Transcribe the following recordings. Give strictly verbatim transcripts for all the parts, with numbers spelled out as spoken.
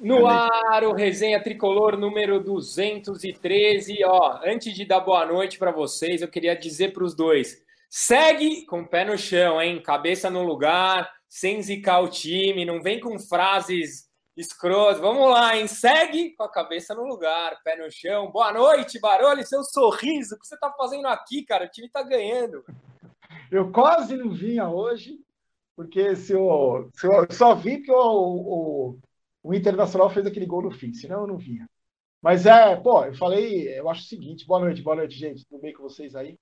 No ar, o Resenha Tricolor número duzentos e treze. Ó, antes de dar boa noite para vocês, eu queria dizer para os dois: segue com o pé no chão, hein? Cabeça no lugar, sem zicar o time, não vem com frases escrotas. Vamos lá, hein? Segue com a cabeça no lugar, pé no chão. Boa noite, Baroli, seu sorriso. O que você tá fazendo aqui, cara? O time tá ganhando. Eu quase não vinha hoje, porque se eu, se eu só vi que o, o, o Internacional fez aquele gol no fim, senão eu não vinha. Mas é, pô, eu falei, eu acho o seguinte, boa noite, boa noite, gente, tudo bem com vocês aí?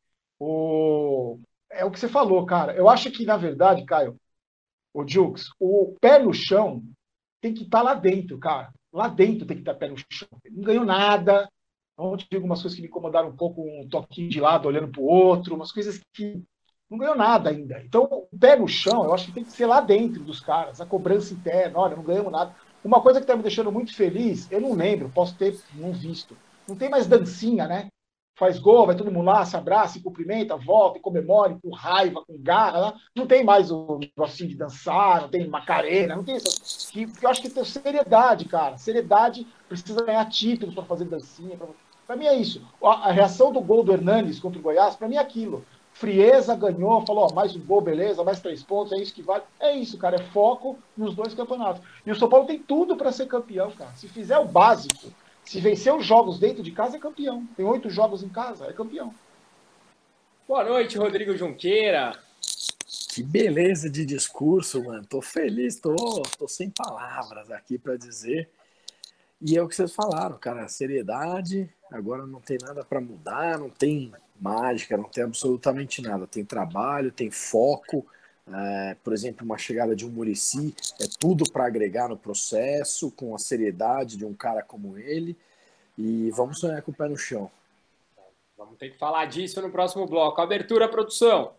O, é o que você falou, cara. Eu acho que, na verdade, Caio, o Jux, o pé no chão tem que estar lá dentro, cara. Lá dentro tem que estar pé no chão. Ele não ganhou nada. Ontem tive algumas coisas que me incomodaram um pouco, um toquinho de lado, olhando para o outro, umas coisas que não ganhou nada ainda. Então, o pé no chão, eu acho que tem que ser lá dentro dos caras, a cobrança interna, olha, não ganhamos nada. Uma coisa que está me deixando muito feliz, eu não lembro, posso ter não visto. Não tem mais dancinha, né? Faz gol, vai todo mundo lá, se abraça, se cumprimenta, volta e comemora com raiva, com garra. Né? Não tem mais o negocinho de dançar, não tem Macarena, não tem isso. Que, que eu acho que tem seriedade, cara. Seriedade precisa ganhar títulos para fazer dancinha. Para pra mim é isso. A, a reação do gol do Hernanes contra o Goiás, para mim é aquilo. Frieza ganhou, falou, ó, mais um gol, beleza, mais três pontos, é isso que vale. É isso, cara, é foco nos dois campeonatos. E o São Paulo tem tudo para ser campeão, cara. Se fizer o básico, se vencer os jogos dentro de casa, é campeão. Tem oito jogos em casa, é campeão. Boa noite, Rodrigo Junqueira. Que beleza de discurso, mano. Tô feliz, tô, tô sem palavras aqui para dizer. E é o que vocês falaram, cara, seriedade, agora não tem nada para mudar, não tem mágica, não tem absolutamente nada. Tem trabalho, tem foco. É, por exemplo, uma chegada de um Muricy é tudo para agregar no processo, com a seriedade de um cara como ele. E vamos sonhar com o pé no chão. Vamos ter que falar disso no próximo bloco. Abertura, produção.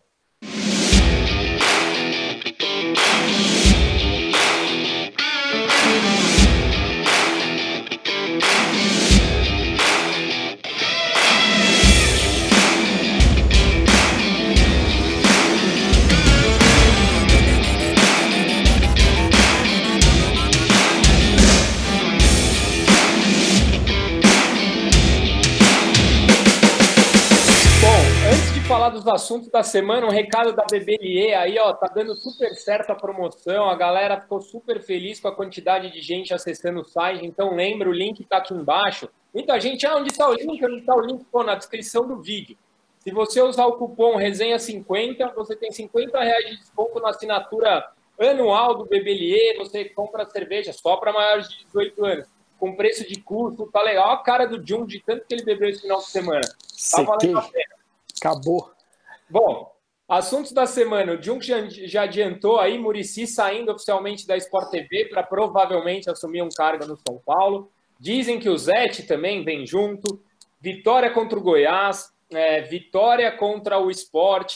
Falar dos assuntos da semana, um recado da B B L E aí, ó, tá dando super certo a promoção, a galera ficou super feliz com a quantidade de gente acessando o site, então lembra, o link tá aqui embaixo. Muita gente, ah, onde tá o link? Onde tá o link? Pô, na descrição do vídeo. Se você usar o cupom resenha cinquenta, você tem cinquenta reais de desconto na assinatura anual do B B L E, você compra cerveja só para maiores de dezoito anos, com preço de custo, tá legal. Olha a cara do Jun de tanto que ele bebeu esse final de semana. Tá valendo a pena. Acabou. Bom, assuntos da semana. O Jung já adiantou aí, Muricy saindo oficialmente da Sport T V para provavelmente assumir um cargo no São Paulo. Dizem que o Zete também vem junto. Vitória contra o Goiás, é, vitória contra o Sport.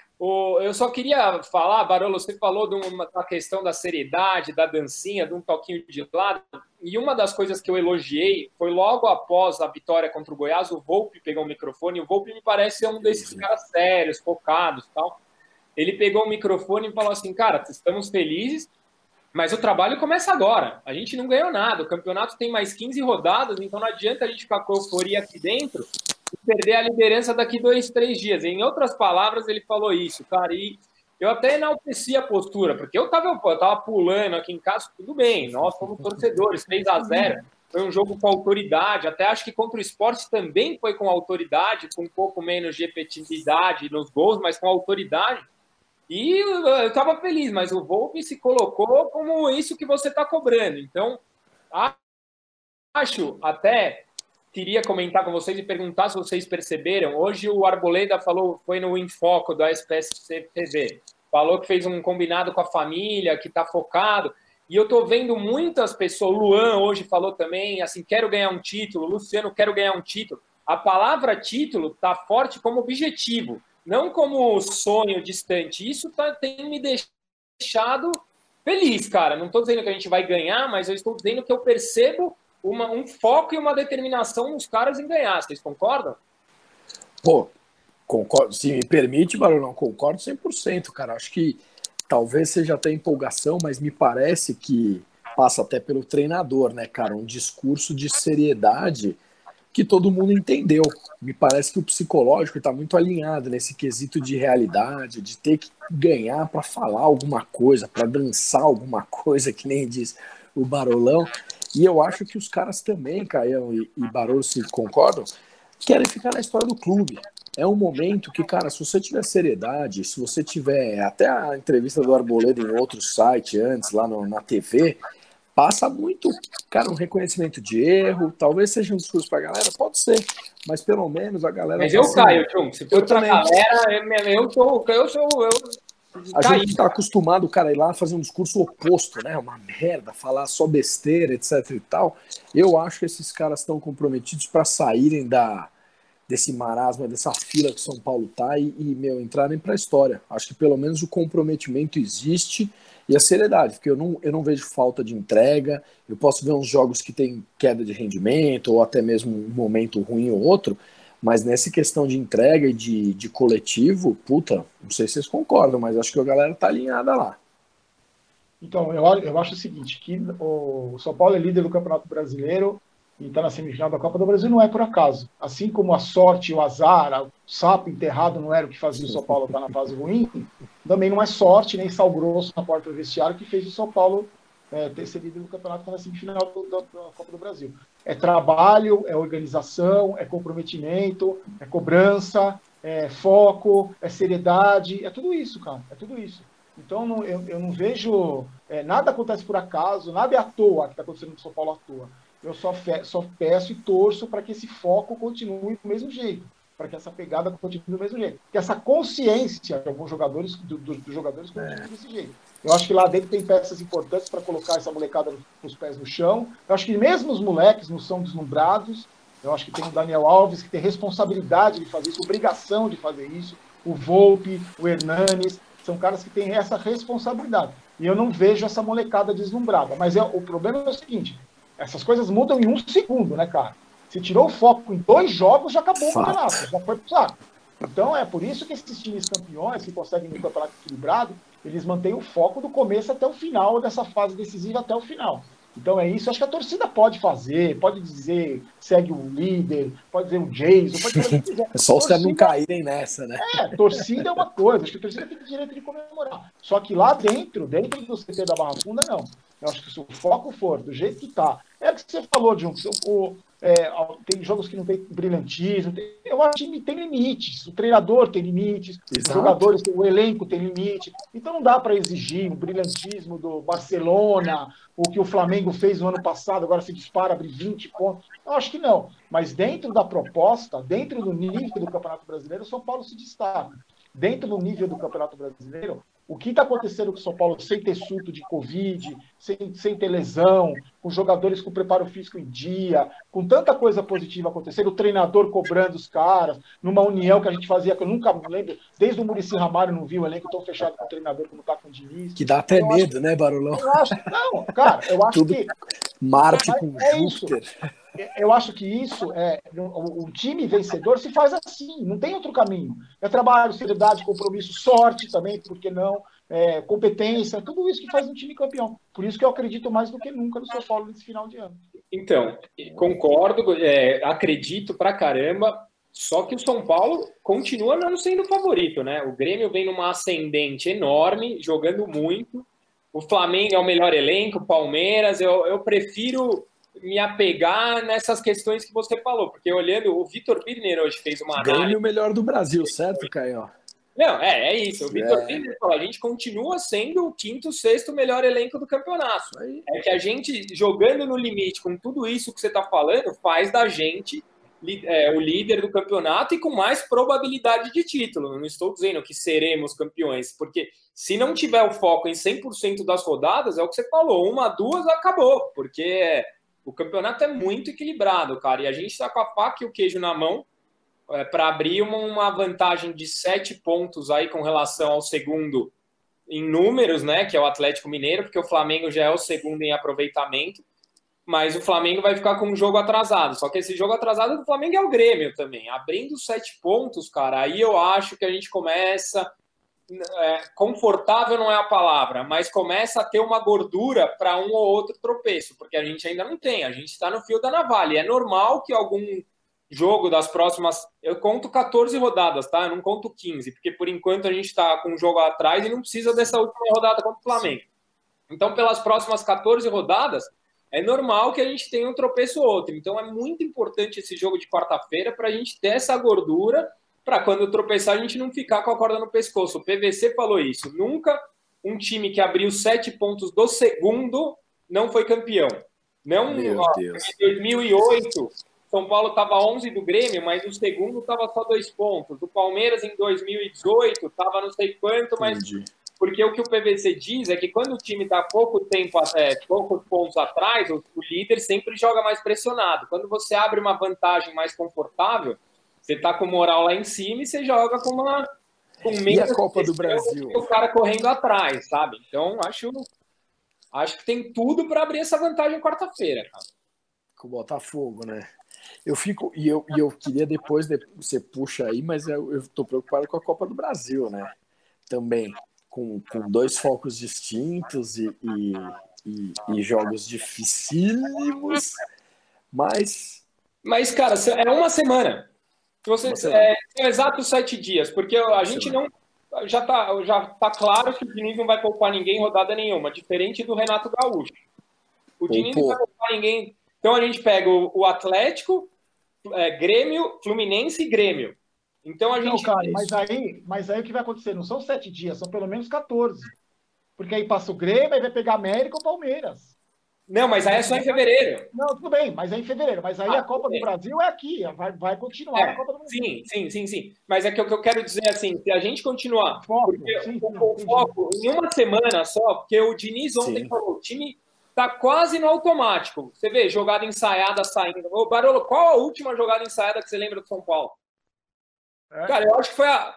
O, eu só queria falar, Barolo, você falou de uma, da questão da seriedade, da dancinha, de um toquinho de lado, e uma das coisas que eu elogiei foi logo após a vitória contra o Goiás, o Volpi pegou o microfone, e o Volpi me parece ser um desses caras sérios, focados e tal. Ele pegou o microfone e falou assim, cara, estamos felizes, mas o trabalho começa agora. A gente não ganhou nada, o campeonato tem mais quinze rodadas, então não adianta a gente ficar com euforia aqui dentro e perder a liderança daqui dois, três dias. Em outras palavras, ele falou isso, cara, e eu até enalteci a postura, porque eu tava, eu tava pulando aqui em casa, tudo bem, nós somos torcedores, três a zero, foi um jogo com autoridade, até acho que contra o Sport também foi com autoridade, com um pouco menos de efetividade nos gols, mas com autoridade, e eu tava feliz, mas o Volpi se colocou como isso que você tá cobrando, então acho até... Queria comentar com vocês e perguntar se vocês perceberam. Hoje o Arboleda falou, foi no Infoco da S P S C T V. Falou que fez um combinado com a família, que está focado. E eu estou vendo muitas pessoas. O Luan hoje falou também, assim, quero ganhar um título. Luciano, quero ganhar um título. A palavra título está forte como objetivo, não como sonho distante. Isso tá, tem me deixado feliz, cara. Não estou dizendo que a gente vai ganhar, mas eu estou dizendo que eu percebo Uma, um foco e uma determinação nos caras em ganhar. Vocês concordam? Pô, concordo. Se me permite, Barulhão, concordo cem por cento, cara. Acho que talvez seja até empolgação, mas me parece que passa até pelo treinador, né, cara? Um discurso de seriedade que todo mundo entendeu. Me parece que o psicológico está muito alinhado nesse quesito de realidade, de ter que ganhar para falar alguma coisa, para dançar alguma coisa, que nem diz o Barolão. E eu acho que os caras também, Caião e, e Barolo, se concordam, querem ficar na história do clube. É um momento que, cara, se você tiver seriedade, se você tiver até a entrevista do Arboleda em outro site antes, lá no, na T V, passa muito, cara, um reconhecimento de erro, talvez seja um discurso pra galera, pode ser, mas pelo menos a galera... Mas tá eu assim, caio, Tchum, se for eu pra também. galera, eu sou... Eu sou eu, a caí. gente tá acostumado, cara, a ir lá fazer um discurso oposto, né, uma merda, falar só besteira, etc e tal. Eu acho que esses caras estão comprometidos para saírem da... desse marasmo, dessa fila que São Paulo tá e, e meu, entrarem para a história. Acho que pelo menos o comprometimento existe e a seriedade, porque eu não, eu não vejo falta de entrega, eu posso ver uns jogos que tem queda de rendimento ou até mesmo um momento ruim ou outro, mas nessa questão de entrega e de, de coletivo, puta, não sei se vocês concordam, mas acho que a galera tá alinhada lá. Então, eu, eu acho o seguinte, que o São Paulo é líder do Campeonato Brasileiro e está na semifinal da Copa do Brasil, não é por acaso. Assim como a sorte, o azar, o sapo enterrado não era o que fazia o São Paulo estar na fase ruim, também não é sorte, nem sal grosso na porta do vestiário que fez o São Paulo é, ter sido líder do campeonato na semifinal do, da, da Copa do Brasil. É trabalho, é organização, é comprometimento, é cobrança, é foco, é seriedade, é tudo isso, cara, é tudo isso. Então, não, eu, eu não vejo... É, nada acontece por acaso, nada é à toa que está acontecendo no São Paulo à toa. Eu só, fe, só peço e torço para que esse foco continue do mesmo jeito, para que essa pegada continue do mesmo jeito. Que essa consciência de alguns jogadores, do, do, dos jogadores continue é. desse jeito. Eu acho que lá dentro tem peças importantes para colocar essa molecada com os pés no chão. Eu acho que mesmo os moleques não são deslumbrados. Eu acho que tem o Daniel Alves, que tem responsabilidade de fazer isso, obrigação de fazer isso. O Volpi, o Hernanes, são caras que têm essa responsabilidade. E eu não vejo essa molecada deslumbrada. Mas é, o problema é o seguinte, essas coisas mudam em um segundo, né, cara? Se tirou o foco em dois jogos, já acabou Fato. o campeonato, já foi pro saco. Então é por isso que esses times campeões, que conseguem um campeonato equilibrado, eles mantêm o foco do começo até o final, dessa fase decisiva até o final. Então é isso, acho que a torcida pode fazer, pode dizer, segue o líder, pode dizer o Jason, pode fazer o que quiser. É só os caras não Torcida- caírem nessa, né? É, torcida é uma coisa, acho que a torcida tem o direito de comemorar. Só que lá dentro, dentro do C T da Barra Funda, não. Eu acho que se o foco for do jeito que tá, é o que você falou, John, o, é, tem jogos que não tem brilhantismo, tem, eu acho que tem limites, o treinador tem limites, Exato. os jogadores, o elenco tem limite, então não dá para exigir o brilhantismo do Barcelona, o que o Flamengo fez no ano passado, agora se dispara, abre vinte pontos, eu acho que não, mas dentro da proposta, dentro do nível do Campeonato Brasileiro, o São Paulo se destaca. Dentro do nível do Campeonato Brasileiro, o que está acontecendo com o São Paulo sem ter surto de Covid, sem, sem ter lesão, com jogadores com preparo físico em dia, com tanta coisa positiva acontecendo, o treinador cobrando os caras, numa união que a gente fazia, que eu nunca me lembro, desde o Muricy Ramalho não vi o elenco tão fechado com o treinador como está com o Diniz. Que dá até eu medo, acho, né, Barulão? Eu acho, não, cara, eu acho Tudo que... Marte é, com é isso. Júpiter. Eu acho que isso, é, o, o time vencedor se faz assim, não tem outro caminho. É trabalho, seriedade, compromisso, sorte também, por que não? É, competência, tudo isso que faz um time campeão. Por isso que eu acredito mais do que nunca no São Paulo nesse final de ano. Então, concordo, é, acredito pra caramba, só que o São Paulo continua não sendo favorito, né? O Grêmio vem numa ascendente enorme, jogando muito. O Flamengo é o melhor elenco, o Palmeiras, eu, eu prefiro me apegar nessas questões que você falou, porque olhando, o Vitor Birner hoje fez uma análise... Grêmio melhor do Brasil, certo, Caio? Não, é, é isso. O Vitor É. Birner falou, a gente continua sendo o quinto, sexto melhor elenco do campeonato. É que a gente, jogando no limite, com tudo isso que você está falando, faz da gente é, o líder do campeonato e com mais probabilidade de título. Não estou dizendo que seremos campeões, porque se não tiver o foco em cem por cento das rodadas, é o que você falou, uma, duas, acabou, porque o campeonato é muito equilibrado, cara, e a gente está com a faca e o queijo na mão é, para abrir uma, uma vantagem de sete pontos aí com relação ao segundo em números, né, que é o Atlético Mineiro, porque o Flamengo já é o segundo em aproveitamento, mas o Flamengo vai ficar com um jogo atrasado, só que esse jogo atrasado do Flamengo é o Grêmio também, abrindo sete pontos, cara, aí eu acho que a gente começa é, confortável não é a palavra, mas começa a ter uma gordura para um ou outro tropeço, porque a gente ainda não tem, a gente está no fio da navalha. É normal que algum jogo das próximas... Eu conto quatorze rodadas, tá? Eu não conto quinze, porque por enquanto a gente está com um jogo atrás e não precisa dessa última rodada contra o Flamengo. Então, pelas próximas quatorze rodadas, é normal que a gente tenha um tropeço ou outro. Então, é muito importante esse jogo de quarta-feira para a gente ter essa gordura, para quando tropeçar a gente não ficar com a corda no pescoço. O P V C falou isso. Nunca um time que abriu sete pontos do segundo não foi campeão. Não, Meu ó, Deus. em dois mil e oito, São Paulo estava onze do Grêmio, mas o segundo estava só dois pontos. O Palmeiras, em dois mil e dezoito, estava não sei quanto, mas... Entendi. Porque o que o P V C diz é que quando o time está pouco tempo, é, poucos pontos atrás, o, o líder sempre joga mais pressionado. Quando você abre uma vantagem mais confortável, você está com moral lá em cima e você joga com uma... Com E a Copa do Brasil? O cara correndo atrás, sabe? Então, acho, acho que tem tudo para abrir essa vantagem quarta-feira, cara. Com o Botafogo, né? Eu fico... E eu, e eu queria depois... Você puxa aí, mas eu, eu tô preocupado com a Copa do Brasil, né? Também. Com, com dois focos distintos e, e, e, e jogos dificílimos, mas... Mas, cara, é uma semana. Você, Uma semana. É, são exatos sete dias, porque a uma gente semana. não... Já tá, já tá claro que o Diniz não vai poupar ninguém em rodada nenhuma, diferente do Renato Gaúcho. O Diniz não vai poupar ninguém. Então a gente pega o, o Atlético, é, Grêmio, Fluminense e Grêmio. Então a gente. Não, cara, mas aí, mas aí o que vai acontecer? Não são sete dias, são pelo menos quatorze. Porque aí passa o Grêmio, aí vai pegar América ou Palmeiras. Não, mas aí é só em fevereiro. Não, tudo bem, mas é em fevereiro. Mas aí ah, a Copa do Brasil é aqui, vai, vai continuar é, a Copa do Brasil. Sim, sim, sim, sim. Mas é que o que eu quero dizer assim, se a gente continuar. Foco, porque sim, o, o foco em uma semana só, porque o Diniz ontem sim. falou, o time tá quase no automático. Você vê, jogada ensaiada saindo. Ô, Barolo, qual a última jogada ensaiada que você lembra do São Paulo? É. Cara, eu acho que foi a.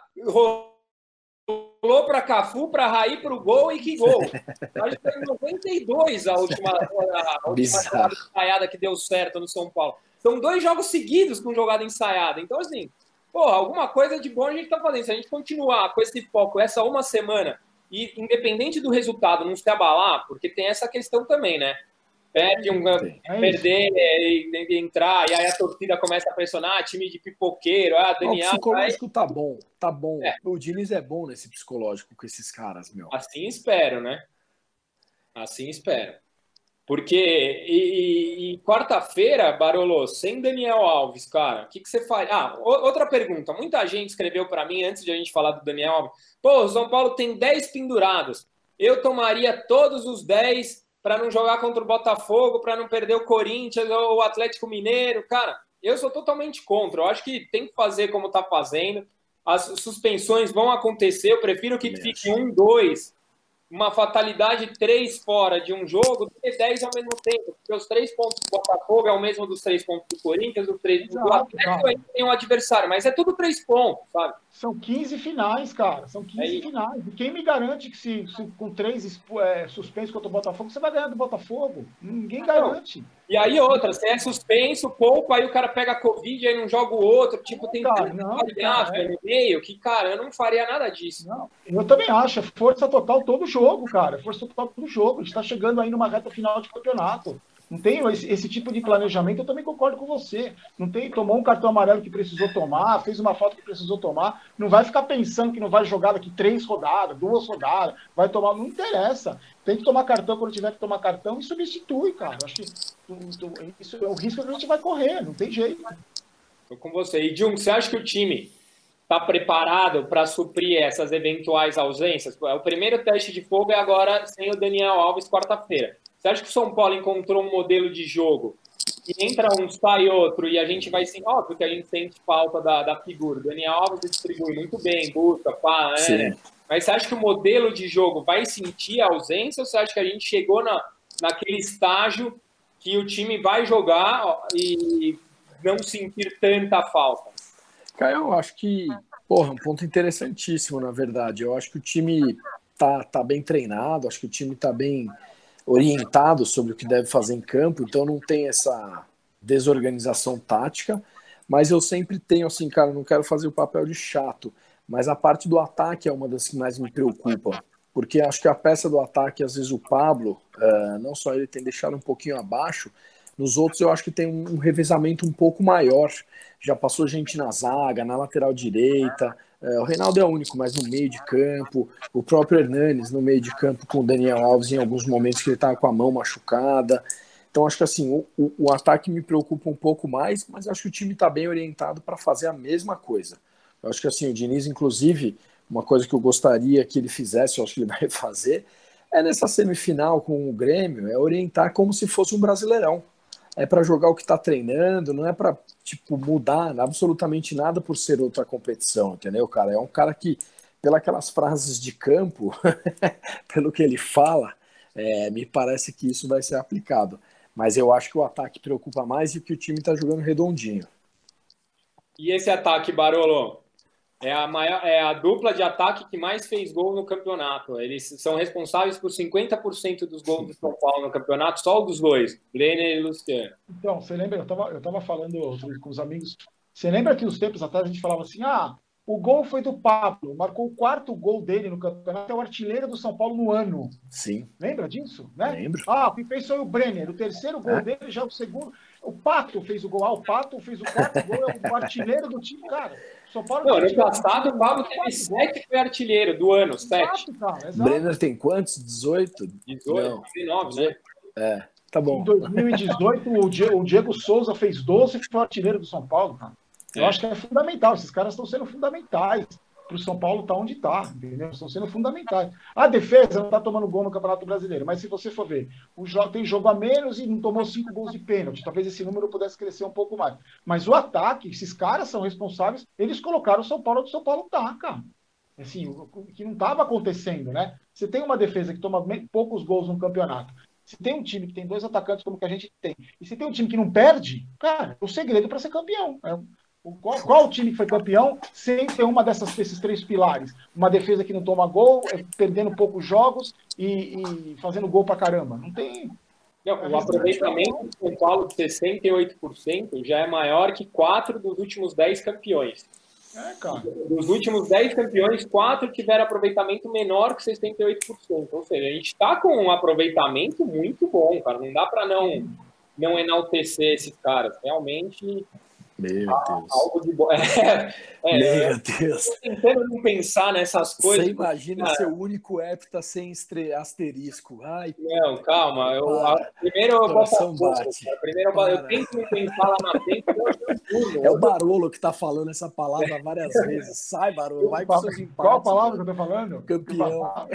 Rolou para Cafu, para Raí, para o gol e que gol. Eu acho que foi em noventa e dois a última, a última jogada ensaiada que deu certo no São Paulo. São dois jogos seguidos com jogada ensaiada. Então, assim, porra, alguma coisa de bom a gente tá fazendo. Se a gente continuar com esse foco essa uma semana e, independente do resultado, não se abalar, porque tem essa questão também, né? Perde um, é perder e entrar, e aí a torcida começa a pressionar, time de pipoqueiro, ah, Daniel. O psicológico aí... tá bom, tá bom. É. O Diniz é bom nesse psicológico com esses caras, meu. Assim espero, né? Assim espero. Porque, e, e, e quarta-feira, Barolo, sem Daniel Alves, cara, o que, que você faz? Ah, outra pergunta. Muita gente escreveu para mim, antes de a gente falar do Daniel Alves, pô, o São Paulo tem dez pendurados. Eu tomaria todos os dez para não jogar contra o Botafogo, para não perder o Corinthians ou o Atlético Mineiro. Cara, eu sou totalmente contra. Eu acho que tem que fazer como está fazendo. As suspensões vão acontecer. Eu prefiro que fique um, dois, uma fatalidade três fora de um jogo do que dez ao mesmo tempo. Porque os três pontos do Botafogo é o mesmo dos três pontos do Corinthians, dos três pontos do Atlético, ainda tem um adversário, mas é tudo três pontos, sabe? São quinze finais, cara. São quinze é finais. E quem me garante que se, se com três é, suspensos contra o Botafogo, você vai ganhar do Botafogo? Ninguém garante. Não. E aí outra, você é suspenso, poupa, aí o cara pega a Covid, aí não joga o outro. Tipo, tem cara, não, variável cara, é. no meio que, cara, eu não faria nada disso. Não, eu também acho. Força total todo jogo, cara. Força total todo jogo. A gente tá chegando aí numa reta final de campeonato. Não tem esse, esse tipo de planejamento, eu também concordo com você. Não tem, tomou um cartão amarelo que precisou tomar, fez uma falta que precisou tomar. Não vai ficar pensando que não vai jogar daqui três rodadas, duas rodadas, vai tomar. Não interessa. Tem que tomar cartão quando tiver que tomar cartão e substitui, cara. Acho que isso é o risco que a gente vai correr, não tem jeito. Estou com você. E, Jung, você acha que o time está preparado para suprir essas eventuais ausências? O primeiro teste de fogo é agora sem o Daniel Alves, quarta-feira. Você acha que o São Paulo encontrou um modelo de jogo e entra um, sai outro, e a gente vai sim, óbvio que a gente sente falta da, da figura. O Daniel Alves distribui muito bem, busca, pá, né? Mas você acha que o modelo de jogo vai sentir a ausência, ou você acha que a gente chegou na, naquele estágio que o time vai jogar ó, e não sentir tanta falta? Cara, eu acho que, porra, um ponto interessantíssimo, na verdade. Eu acho que o time tá, tá bem treinado, acho que o time tá bem orientado sobre o que deve fazer em campo, então não tem essa desorganização tática, mas eu sempre tenho assim, cara, não quero fazer o papel de chato, mas a parte do ataque é uma das que mais me preocupa, porque acho que a peça do ataque, às vezes o Pablo, uh, não só ele tem deixado um pouquinho abaixo, nos outros eu acho que tem um revezamento um pouco maior, já passou gente na zaga, na lateral direita, uh, o Reinaldo é o único, mas no meio de campo, o próprio Hernanes no meio de campo com o Daniel Alves em alguns momentos que ele estava com a mão machucada. Então acho que assim, o, o, o ataque me preocupa um pouco mais, mas acho que o time está bem orientado para fazer a mesma coisa. Eu acho que assim, o Diniz, inclusive, uma coisa que eu gostaria que ele fizesse, eu acho que ele vai fazer, é nessa semifinal com o Grêmio, é orientar como se fosse um Brasileirão. É para jogar o que está treinando, não é para tipo, mudar absolutamente nada por ser outra competição, entendeu, cara? É um cara que, pelas frases de campo, pelo que ele fala, é, me parece que isso vai ser aplicado. Mas eu acho que o ataque preocupa mais e que o time está jogando redondinho. E esse ataque, Barolo? É a, maior, é a dupla de ataque que mais fez gol no campeonato. Eles são responsáveis por cinquenta por cento dos gols do São Paulo no campeonato, só dos dois, Brenner e Luciano. Então, você lembra, eu estava eu tava falando com os amigos, você lembra que uns tempos atrás a gente falava assim, ah, o gol foi do Pablo, marcou o quarto gol dele no campeonato, é o artilheiro do São Paulo no ano. Sim. Lembra disso? Né? Lembro. Ah, quem fez foi o Brenner, o terceiro gol é? dele, já o segundo. O Pato fez o gol, ah, o Pato fez o quarto gol, é o artilheiro do time, cara. São Paulo não, ano passado o Pablo teve sete, foi artilheiro do ano, sete. O Brenner tem quantos? dezoito? dezoito, dezenove, né? É, tá bom. Em dois mil e dezoito, o Diego, o Diego Souza fez doze e foi artilheiro do São Paulo, cara. Eu é. acho que é fundamental, esses caras estão sendo fundamentais para o São Paulo estar tá onde está, entendeu? Estão sendo fundamentais. A defesa não está tomando gol no Campeonato Brasileiro, mas se você for ver, o jogo tem jogo a menos e não tomou cinco gols de pênalti. Talvez esse número pudesse crescer um pouco mais. Mas o ataque, esses caras são responsáveis, eles colocaram o São Paulo onde o São Paulo tá, cara. Assim, o que não estava acontecendo, né? Você tem uma defesa que toma poucos gols no campeonato. Se tem um time que tem dois atacantes como que a gente tem, e se tem um time que não perde, cara, o segredo para ser campeão. É Qual, qual o time que foi campeão sem ter uma dessas, desses três pilares? Uma defesa que não toma gol, perdendo poucos jogos e, e fazendo gol pra caramba. Não tem. Não, o aproveitamento do São Paulo de sessenta e oito por cento já é maior que quatro dos últimos dez campeões. É, cara. Dos últimos dez campeões, quatro tiveram aproveitamento menor que sessenta e oito por cento. Ou seja, a gente está com um aproveitamento muito bom, cara. Não dá para não, não enaltecer esses caras. Realmente. Meu ah, Deus. Algo de bom. É, é, Meu Deus. Tô tentando não pensar nessas coisas. Você imagina cara. Ser o único hepta sem estre... asterisco. Ai, não, calma. Eu, a, primeiro eu boto a bate. Cara. Primeiro eu, eu tento não pensar lá na frente. Eu é o Barolo que tá falando essa palavra várias vezes. Sai, Barolo. Vai com seus empates. Qual a palavra que eu tô falando? Campeão.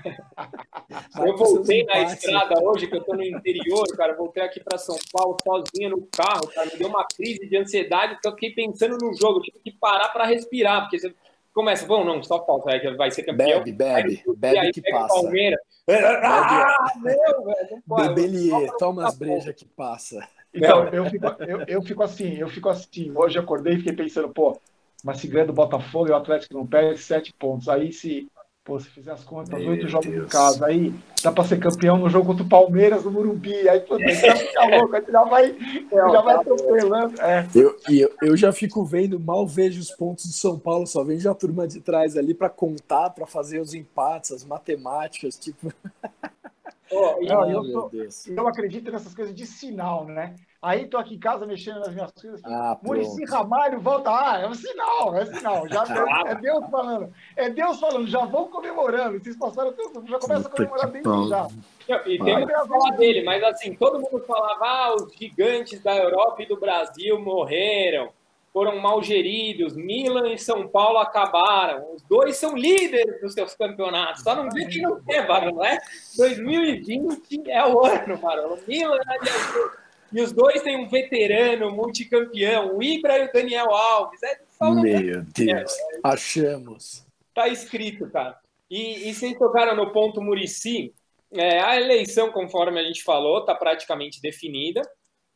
Eu voltei na estrada hoje, que eu tô no interior, cara. Eu voltei aqui para São Paulo sozinho no carro, cara. Me deu uma crise de ansiedade, porque eu fiquei pensando no jogo. Eu tive que parar para respirar, porque você começa, bom, não, só falta, é, vai ser campeão. Bebe, bebe, aí, bebe aí que pega passa. Palmeiras. Ah, meu, velho. Bebelier, toma as brejas que passa. Então, eu fico, eu, eu fico assim, eu fico assim. Hoje eu acordei e fiquei pensando, pô, mas se ganha do Botafogo e o Atlético não perde sete pontos. Aí se, pô, se fizer as contas, oito jogos em casa, aí dá pra ser campeão no jogo contra o Palmeiras no Morumbi. Aí, pô, você já fica louco, aí você já vai, já vai atropelando. É. Eu, eu, eu já fico vendo, mal vejo os pontos do São Paulo, só vejo a turma de trás ali pra contar, pra fazer os empates, as matemáticas, tipo. Oh, não, eu, tô, eu acredito nessas coisas de sinal, né? Aí tô aqui em casa mexendo nas minhas coisas. Ah, Muricy Ramalho volta. Ah, é um sinal, é um sinal. Já, é Deus falando. É Deus falando, já vão comemorando. Vocês passaram tempo, já começa a comemorar desde já. E tem que falar dele, mas assim, todo mundo falava, ah, os gigantes da Europa e do Brasil morreram, foram mal geridos, Milan e São Paulo acabaram, os dois são líderes dos seus campeonatos, só não diz que não é, Barolo, é? dois mil e vinte é o ano, Barolo, Milan e os dois têm um veterano multicampeão, o Ibra e o Daniel Alves. É, Meu Deus, é, achamos. Tá escrito, cara. E, e vocês tocaram no ponto Muricy, é, a eleição, conforme a gente falou, está praticamente definida.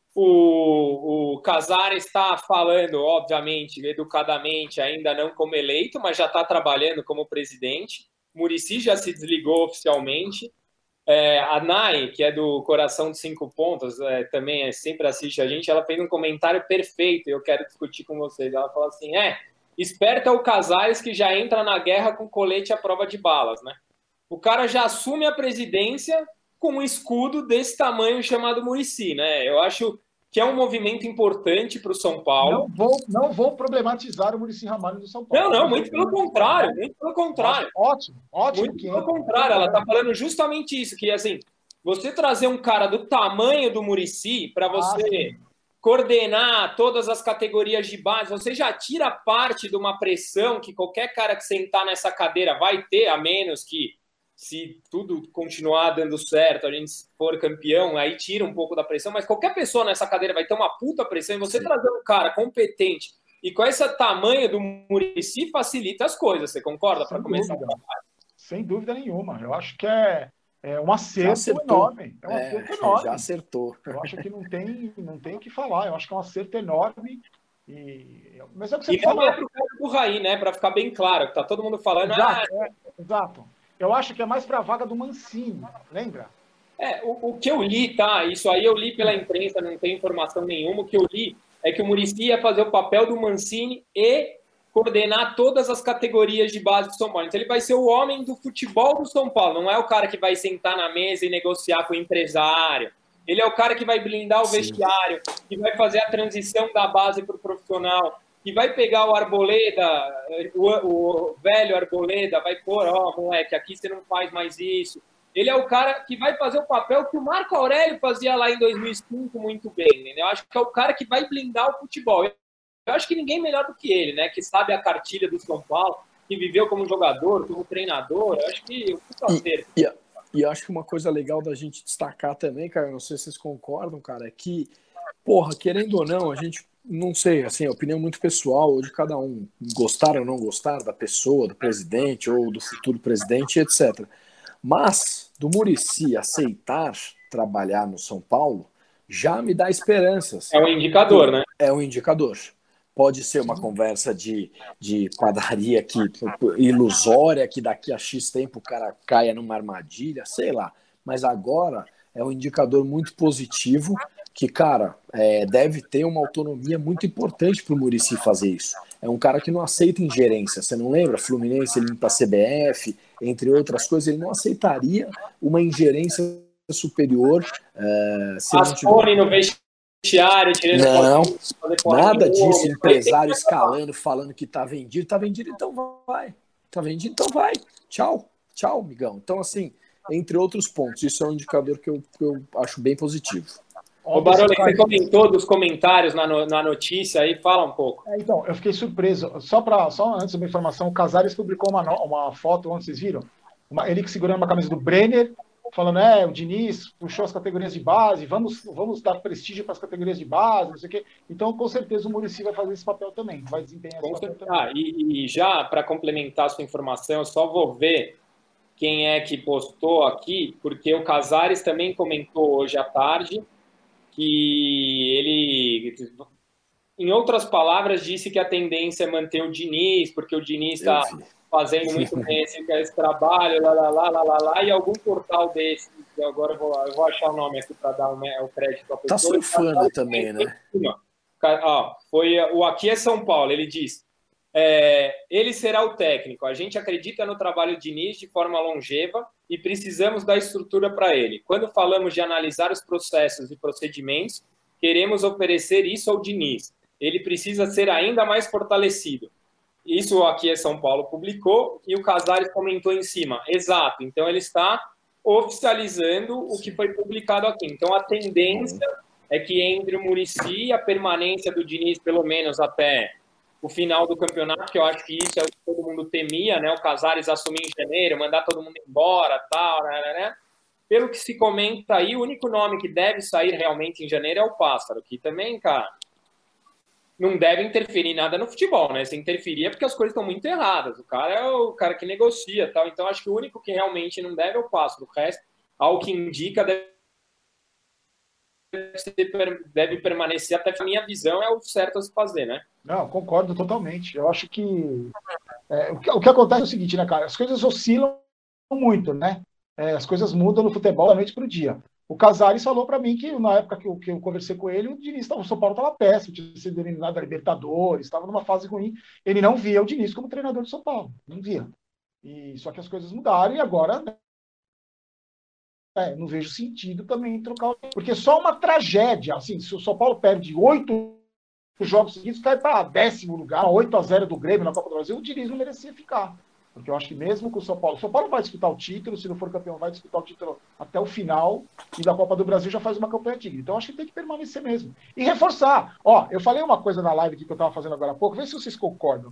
O, o Casares está falando, obviamente, educadamente, ainda não como eleito, mas já está trabalhando como presidente. Muricy já se desligou oficialmente. É, a Nai, que é do Coração de Cinco Pontos, é, também é, sempre assiste a gente, ela fez um comentário perfeito e eu quero discutir com vocês. Ela falou assim, é, Esperto é o Casares que já entra na guerra com colete à prova de balas, né? O cara já assume a presidência com um escudo desse tamanho chamado Muricy, né? Eu acho que é um movimento importante para o São Paulo. Não vou, não vou problematizar o Muricy Ramalho do São Paulo. Não, não, muito pelo contrário, muito pelo contrário. Ótimo, ótimo. Muito pelo contrário, ela está falando justamente isso, que assim, você trazer um cara do tamanho do Muricy para você ah, coordenar todas as categorias de base, você já tira parte de uma pressão que qualquer cara que sentar nessa cadeira vai ter, a menos que se tudo continuar dando certo, a gente for campeão, aí tira um pouco da pressão, mas qualquer pessoa nessa cadeira vai ter uma puta pressão, e você trazer um cara competente e com esse tamanho do Muricy facilita as coisas, você concorda? Para começar a trabalhar. Sem dúvida nenhuma, eu acho que é, é um acerto enorme. É um é, acerto enorme. Já acertou. Eu acho que não tem, não tem o que falar, eu acho que é um acerto enorme. E, mas é o que você e não é para o caso do Raí, né? Para ficar bem claro, que tá todo mundo falando. Exato, ah, é, exato. Eu acho que é mais para a vaga do Mancini, lembra? É, o, o que eu li, tá? Isso aí eu li pela imprensa, não tem informação nenhuma. O que eu li é que o Muricy ia fazer o papel do Mancini e coordenar todas as categorias de base do São Paulo. Então ele vai ser o homem do futebol do São Paulo, não é o cara que vai sentar na mesa e negociar com o empresário. Ele é o cara que vai blindar o Sim. vestiário, que vai fazer a transição da base para o profissional, que vai pegar o Arboleda, o, o velho Arboleda, vai pôr, ó, oh, moleque, aqui você não faz mais isso. Ele é o cara que vai fazer o papel que o Marco Aurélio fazia lá em dois mil e cinco muito bem, entendeu? Eu acho que é o cara que vai blindar o futebol. Eu acho que ninguém melhor do que ele, né? Que sabe a cartilha do São Paulo, que viveu como jogador, como treinador. Eu acho que o e, e, e acho que uma coisa legal da gente destacar também, cara, não sei se vocês concordam, cara, é que, porra, querendo ou não, a gente não sei, assim, a opinião muito pessoal, ou de cada um, gostar ou não gostar da pessoa, do presidente, ou do futuro presidente, etcétera. Mas, do Muricy aceitar trabalhar no São Paulo, já me dá esperanças. É um indicador, né? É um indicador. Pode ser uma conversa de, de padaria que, ilusória, que daqui a X tempo o cara caia numa armadilha, sei lá. Mas agora é um indicador muito positivo que, cara, é, deve ter uma autonomia muito importante para o Muricy fazer isso. É um cara que não aceita ingerência. Você não lembra? Fluminense, ele indo para a C B F, entre outras coisas, ele não aceitaria uma ingerência superior. Uh, se As tiver... no vestiário, tirando não, nada disso. Empresário escalando, falando que tá vendido, tá vendido, então vai. Tá vendido, então vai. Tchau, tchau, migão. Então, assim, entre outros pontos, isso é um indicador que eu, que eu acho bem positivo. Ô, Baroni, você comentou dos comentários na, no, na notícia aí, fala um pouco. É, então, eu fiquei surpreso. Só, pra, só antes de uma informação, o Casares publicou uma, uma foto, onde vocês viram? Uma, ele segurando uma camisa do Brenner, falando, é, o Diniz puxou as categorias de base, vamos, vamos dar prestígio para as categorias de base, não sei o quê. Então, com certeza, o Muricy vai fazer esse papel também, vai desempenhar esse papel também. Ah, e, e já, para complementar a sua informação, eu só vou ver quem é que postou aqui, porque o Casares também comentou hoje à tarde, que ele, em outras palavras, disse que a tendência é manter o Diniz, porque o Diniz está fazendo muito bem esse, esse trabalho, lá, lá, lá, lá, lá, lá, e algum portal desse, que agora eu vou, eu vou achar o nome aqui para dar o, o crédito à pessoa. Tá surfando também, né? Ó, foi o Aqui é São Paulo, ele diz, é, ele será o técnico, a gente acredita no trabalho de Diniz de forma longeva, e precisamos da estrutura para ele. Quando falamos de analisar os processos e procedimentos, queremos oferecer isso ao Diniz. Ele precisa ser ainda mais fortalecido. Isso Aqui é São Paulo publicou e o Casares comentou em cima. Exato. Então ele está oficializando o que foi publicado aqui. Então a tendência é que entre o Muricy e a permanência do Diniz, pelo menos até o final do campeonato, que eu acho que isso é o que todo mundo temia, né? O Casares assumir em janeiro, mandar todo mundo embora, tal, né, né? Pelo que se comenta aí, o único nome que deve sair realmente em janeiro é o Pássaro, que também, cara, não deve interferir em nada no futebol, né? Se interferir é porque as coisas estão muito erradas. O cara é o cara que negocia, tal. Então, acho que o único que realmente não deve é o Pássaro. O resto, ao que indica, deve deve permanecer, até que a minha visão é o certo a se fazer, né? Não, concordo totalmente. Eu acho que, é, o que o que acontece é o seguinte, né, cara? As coisas oscilam muito, né? É, as coisas mudam no futebol da noite para o dia. O Casares falou para mim que na época que eu, que eu conversei com ele, o Diniz, o São Paulo estava péssimo, tinha sido eliminado da Libertadores, estava numa fase ruim. Ele não via o Diniz como treinador de São Paulo, não via. E, só que as coisas mudaram e agora, né, é, não vejo sentido também em trocar. Porque só uma tragédia, assim, se o São Paulo perde oito jogos seguidos, cai para décimo lugar, oito a zero do Grêmio na Copa do Brasil, o Diniz não merecia ficar. Porque eu acho que mesmo com o São Paulo, o São Paulo vai disputar o título, se não for campeão, vai disputar o título até o final, e da Copa do Brasil já faz uma campanha digna. Então, eu acho que tem que permanecer mesmo. E reforçar. Ó, eu falei uma coisa na live aqui que eu estava fazendo agora há pouco, vê se vocês concordam.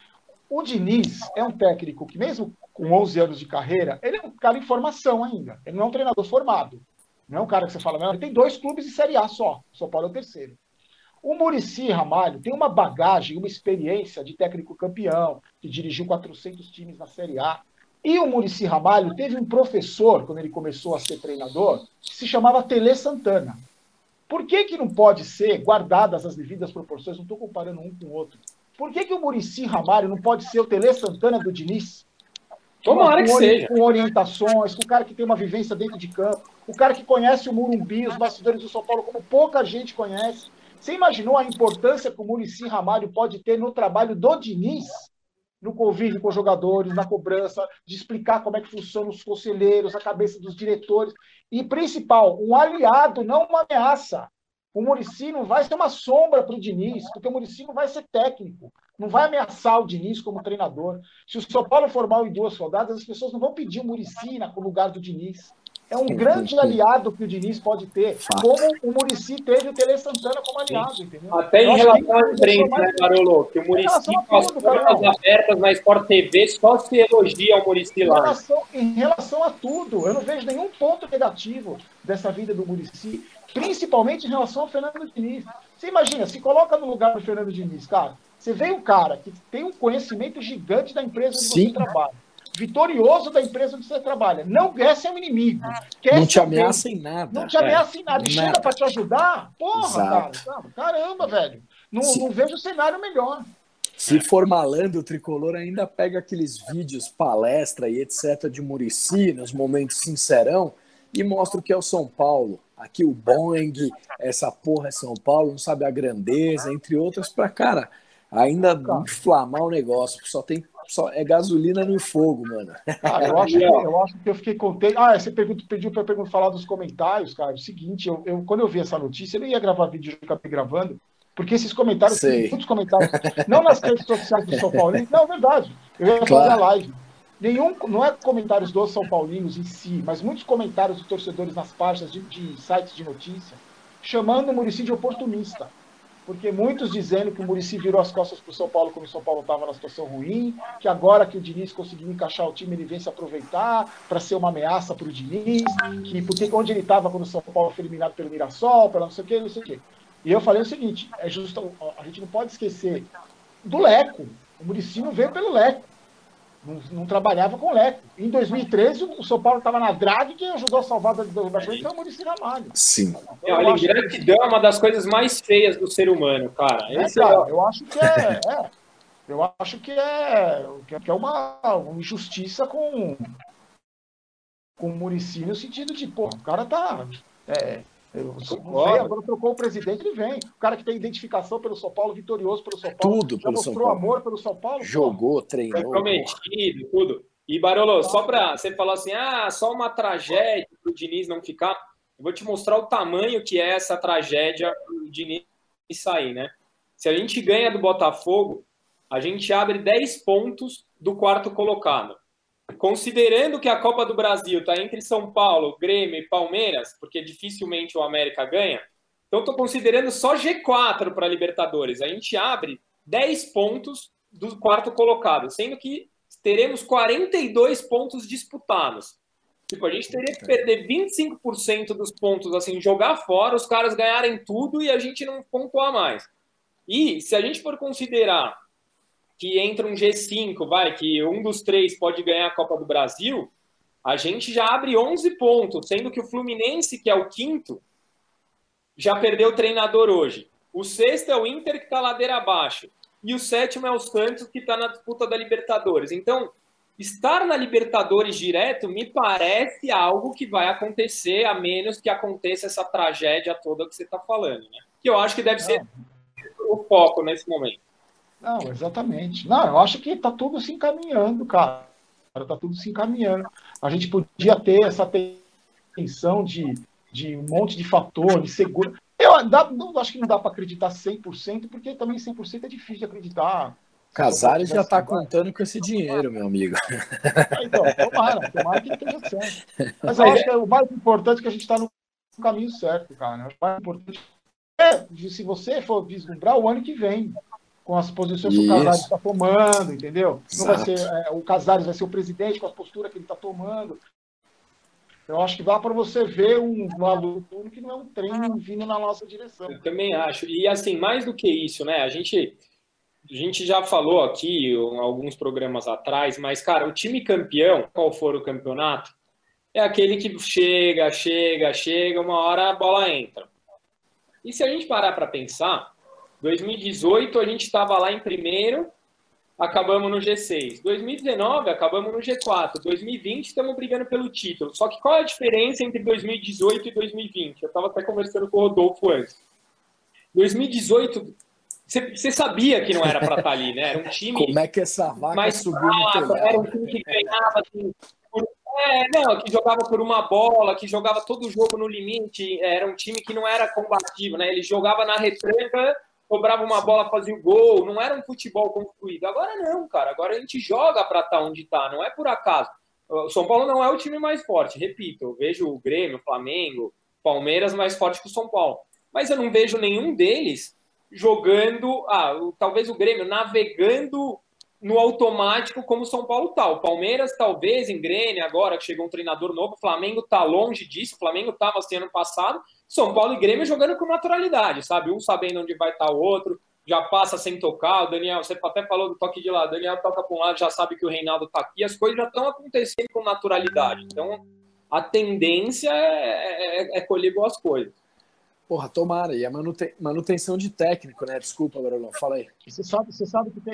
O Diniz é um técnico que, mesmo com onze anos de carreira, ele é um cara em formação ainda. Ele não é um treinador formado. Não é um cara que você fala, não, ele tem dois clubes de Série A só. O São Paulo é o terceiro. O Muricy Ramalho tem uma bagagem, uma experiência de técnico campeão, que dirigiu quatrocentos times na Série A. E o Muricy Ramalho teve um professor, quando ele começou a ser treinador, que se chamava Tele Santana. Por que que não pode ser, guardadas as devidas proporções, não estou comparando um com o outro, por que que o Muricy Ramalho não pode ser o Tele Santana do Diniz? Tomara que seja. Com orientações, com o cara que tem uma vivência dentro de campo, o cara que conhece o Morumbi, os bastidores do São Paulo, como pouca gente conhece. Você imaginou a importância que o Muricy Ramalho pode ter no trabalho do Diniz, no convívio com os jogadores, na cobrança, de explicar como é que funcionam os conselheiros, a cabeça dos diretores, e principal, um aliado, não uma ameaça. O Muricy não vai ser uma sombra para o Diniz, porque o Muricy não vai ser técnico, não vai ameaçar o Diniz como treinador. Se o São Paulo for mal em duas rodadas, as pessoas não vão pedir o Muricy no lugar do Diniz. É um grande aliado que o Diniz pode ter, como o Muricy teve o Tele Santana como aliado, entendeu? Até em relação à imprensa, né, Barolo? Que o Muricy, com as portas abertas na Sport T V, só se elogia o Muricy lá. Em relação, em relação a tudo, eu não vejo nenhum ponto negativo dessa vida do Muricy, principalmente em relação ao Fernando Diniz. Você imagina, se coloca no lugar do Fernando Diniz, cara, você vê um cara que tem um conhecimento gigante da empresa onde Sim. você trabalha, vitorioso da empresa onde você trabalha, não quer ser um inimigo, quer não te ameaça em nada. Não te ameaça é. em nada, e nada. Chega para te ajudar, porra, cara, caramba, velho, não, não vejo cenário melhor. Se for malandro, o Tricolor ainda pega aqueles vídeos, palestra e etcétera de Muricy, nos momentos sincerão, e mostra o que é o São Paulo. Aqui o Boeing, essa porra é São Paulo, não sabe a grandeza, entre outras, para, cara, ainda cara. inflamar o negócio. Só tem só é gasolina no fogo, mano. Ah, eu, acho que, eu acho que eu fiquei contente. Ah, você pergunta, pediu para eu falar dos comentários, cara. É o seguinte, eu, eu, quando eu vi essa notícia, eu não ia gravar vídeo, eu acabei gravando, porque esses comentários, tem muitos comentários, não nas redes sociais do São Paulo, não, é verdade. Eu ia fazer claro. a live. Nenhum, não é comentários dos São Paulinos em si, mas muitos comentários de torcedores nas páginas de, de sites de notícia, chamando o Muricy de oportunista. Porque muitos dizendo que o Muricy virou as costas para o São Paulo quando o São Paulo estava na situação ruim, que agora que o Diniz conseguiu encaixar o time, ele vem se aproveitar para ser uma ameaça para o Diniz, que porque onde ele estava quando o São Paulo foi eliminado pelo Mirassol, pela não sei o quê, não sei o quê. E eu falei o seguinte, é justo, a gente não pode esquecer do Leco. O Muricy não veio pelo Leco. Não, não trabalhava com o Leco. Em dois mil e treze, o São Paulo estava na draga e quem ajudou a salvar do rebaixamento foi o Muricy Ramalho. Sim. Então, olha, ingratidão que... é uma das coisas mais feias do ser humano, cara. É, cara é... Eu acho que é, é. Eu acho que é, que é uma, uma injustiça com, com o Muricy no sentido de, pô, o cara tá. É, Eu, vem, agora trocou o presidente, ele vem. O cara que tem identificação pelo São Paulo, vitorioso pelo São Paulo, tudo já pelo mostrou São Paulo. amor pelo São Paulo. Jogou, pô. treinou. Prometido, tudo. E, Barolo, só para você falar assim, ah, só uma tragédia para o Diniz não ficar, eu vou te mostrar o tamanho que é essa tragédia para o Diniz sair, né? Se a gente ganha do Botafogo, a gente abre dez pontos do quarto colocado. Considerando que a Copa do Brasil está entre São Paulo, Grêmio e Palmeiras, porque dificilmente o América ganha, então estou considerando só G quatro para a Libertadores. A gente abre dez pontos do quarto colocado, sendo que teremos quarenta e dois pontos disputados. Tipo, a gente teria que perder vinte e cinco por cento dos pontos, assim, jogar fora, os caras ganharem tudo e a gente não pontuar mais. E se a gente for considerar que entra um G cinco, vai, que um dos três pode ganhar a Copa do Brasil, a gente já abre onze pontos, sendo que o Fluminense, que é o quinto, já perdeu o treinador hoje. O sexto é o Inter, que está ladeira abaixo. E o sétimo é o Santos, que está na disputa da Libertadores. Então, estar na Libertadores direto me parece algo que vai acontecer, a menos que aconteça essa tragédia toda que você está falando, né? Que eu acho que deve ser não. o foco nesse momento. Não, exatamente. Não, eu acho que está tudo se encaminhando, cara. Está tudo se encaminhando. A gente podia ter essa tensão de, de um monte de fator, de seguro. Eu dá, não, acho que não dá para acreditar cem por cento, porque também cem por cento é difícil de acreditar. Casares já está contando com esse dinheiro, meu amigo. Então, tomara, tomara que ele esteja certo. Mas eu acho que é o mais importante é que a gente está no caminho certo, cara. O mais importante é, se você for vislumbrar o ano que vem, com as posições que o Casares está tomando, entendeu? Não vai ser, é, o Casares vai ser o presidente com a postura que ele está tomando. Eu acho que dá para você ver um valor que não é um trem vindo na nossa direção. Eu também acho. E assim, mais do que isso, né? A gente, a gente já falou aqui em alguns programas atrás, mas, cara, o time campeão, qual for o campeonato, é aquele que chega, chega, chega, uma hora a bola entra. E se a gente parar para pensar, dois mil e dezoito a gente estava lá em primeiro, acabamos no G seis. dois mil e dezenove, acabamos no G quatro. dois mil e vinte, estamos brigando pelo título. Só que qual é a diferença entre dois mil e dezoito e dois mil e vinte? Eu estava até conversando com o Rodolfo antes. dois mil e dezoito, você sabia que não era para estar ali, né? Era um time... Como é que essa vaca mais subiu no telhado? Era um time que ganhava... Assim, por, é, não, que jogava por uma bola, que jogava todo o jogo no limite. Era um time que não era combativo, né? Ele jogava na retranca, cobrava uma bola, fazia o gol, não era um futebol construído. Agora não, cara, agora a gente joga para estar onde está, não é por acaso. O São Paulo não é o time mais forte, repito, eu vejo o Grêmio, o Flamengo, Palmeiras mais forte que o São Paulo, mas eu não vejo nenhum deles jogando, ah, talvez o Grêmio navegando no automático como o São Paulo tá. O Palmeiras talvez engrene agora que chegou um treinador novo, o Flamengo tá longe disso, o Flamengo tava assim ano passado, São Paulo e Grêmio jogando com naturalidade, sabe? Um sabendo onde vai estar o outro, já passa sem tocar, o Daniel, você até falou do toque de lá, o Daniel toca para um lado, já sabe que o Reinaldo tá aqui, as coisas já estão acontecendo com naturalidade. Então, a tendência é, é, é colher boas coisas. Porra, tomara. E a manuten manutenção de técnico, né? Desculpa, Barolão, fala aí. Você sabe, você sabe que tem...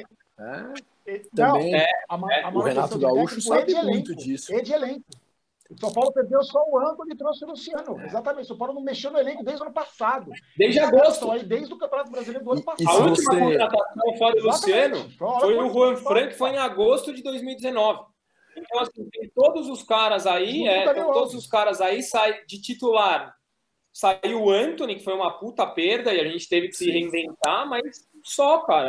É, também, não, é, a, a o Renato Gaúcho sabe muito disso. E de elenco. O São Paulo perdeu só o âmbito e trouxe o Luciano. É. Exatamente. O São Paulo não mexeu no elenco desde o ano passado. Desde agosto. Aí, desde o Campeonato Brasileiro do ano passado. A última você... contratação fora do Luciano foi o Juan Frank, foi em agosto de dois mil e dezenove. Então, assim, tem todos os caras aí, é, então, todos os caras aí saem de titular. Saiu o Antony, que foi uma puta perda, e a gente teve que se reinventar, mas só, cara.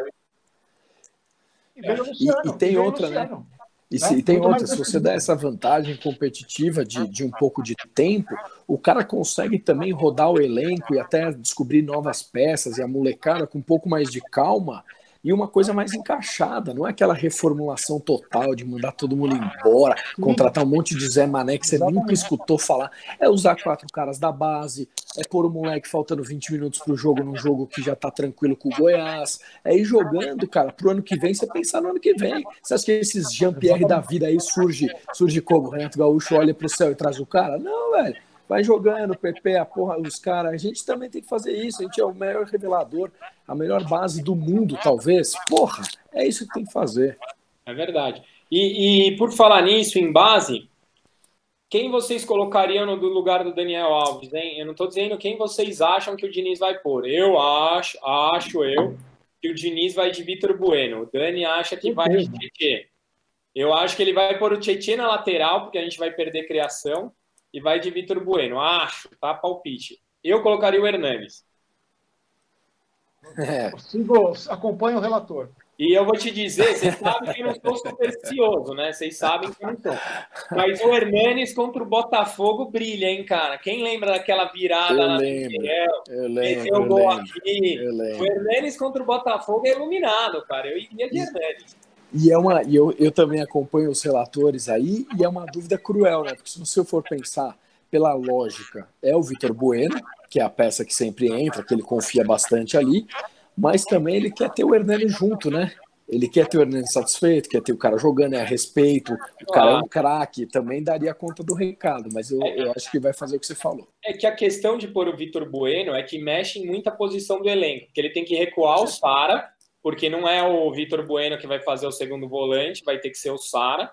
E, Luciano, e, e tem e outra, né? E, se, né? e tem outra, se você der essa vantagem competitiva de, de um pouco de tempo, o cara consegue também rodar o elenco e até descobrir novas peças e a molecada com um pouco mais de calma e uma coisa mais encaixada, não é aquela reformulação total de mandar todo mundo embora, contratar um monte de Zé Mané que você Exatamente. nunca escutou falar, é usar quatro caras da base, é pôr o moleque faltando vinte minutos pro jogo num jogo que já tá tranquilo com o Goiás, é ir jogando, cara, pro ano que vem, você pensar no ano que vem. Você acha que esses Jean-Pierre da vida aí surge, surge como? O Renato Gaúcho olha pro céu e traz o cara? Não, velho. Vai jogando, Pepe, a porra, os caras. A gente também tem que fazer isso. A gente é o melhor revelador, a melhor base do mundo, talvez. Porra, é isso que tem que fazer. É verdade. E, e por falar nisso, em base, quem vocês colocariam no lugar do Daniel Alves, hein? Eu não estou dizendo quem vocês acham que o Diniz vai pôr. Eu acho, acho eu, que o Diniz vai de Vitor Bueno. O Dani acha que vai de Tietê. Eu acho que ele vai pôr o Tietê na lateral, porque a gente vai perder criação. E vai de Vitor Bueno. Acho, tá? Palpite. Eu colocaria o Hernanes. É. Sigo, acompanho o relator. E eu vou te dizer, vocês sabem que eu não sou supersticioso, né? Vocês sabem que eu não sou. Mas o Hernanes contra o Botafogo brilha, hein, cara? Quem lembra daquela virada eu na lembro, Miguel? eu lembro, Esse é o gol eu aqui. Eu lembro. O Hernanes contra o Botafogo é iluminado, cara. Eu iria de Hernanes. E é uma, e eu, eu também acompanho os relatores aí, e é uma dúvida cruel, né? Porque se você for pensar pela lógica, é o Vitor Bueno, que é a peça que sempre entra, que ele confia bastante ali, mas também ele quer ter o Hernanes junto, né? Ele quer ter o Hernanes satisfeito, quer ter o cara jogando, é a respeito, o cara ah. é um craque, também daria conta do recado, mas eu, eu acho que vai fazer o que você falou. É que a questão de pôr o Vitor Bueno é que mexe em muita posição do elenco, porque ele tem que recuar o Sara, porque não é o Vitor Bueno que vai fazer o segundo volante, vai ter que ser o Sara.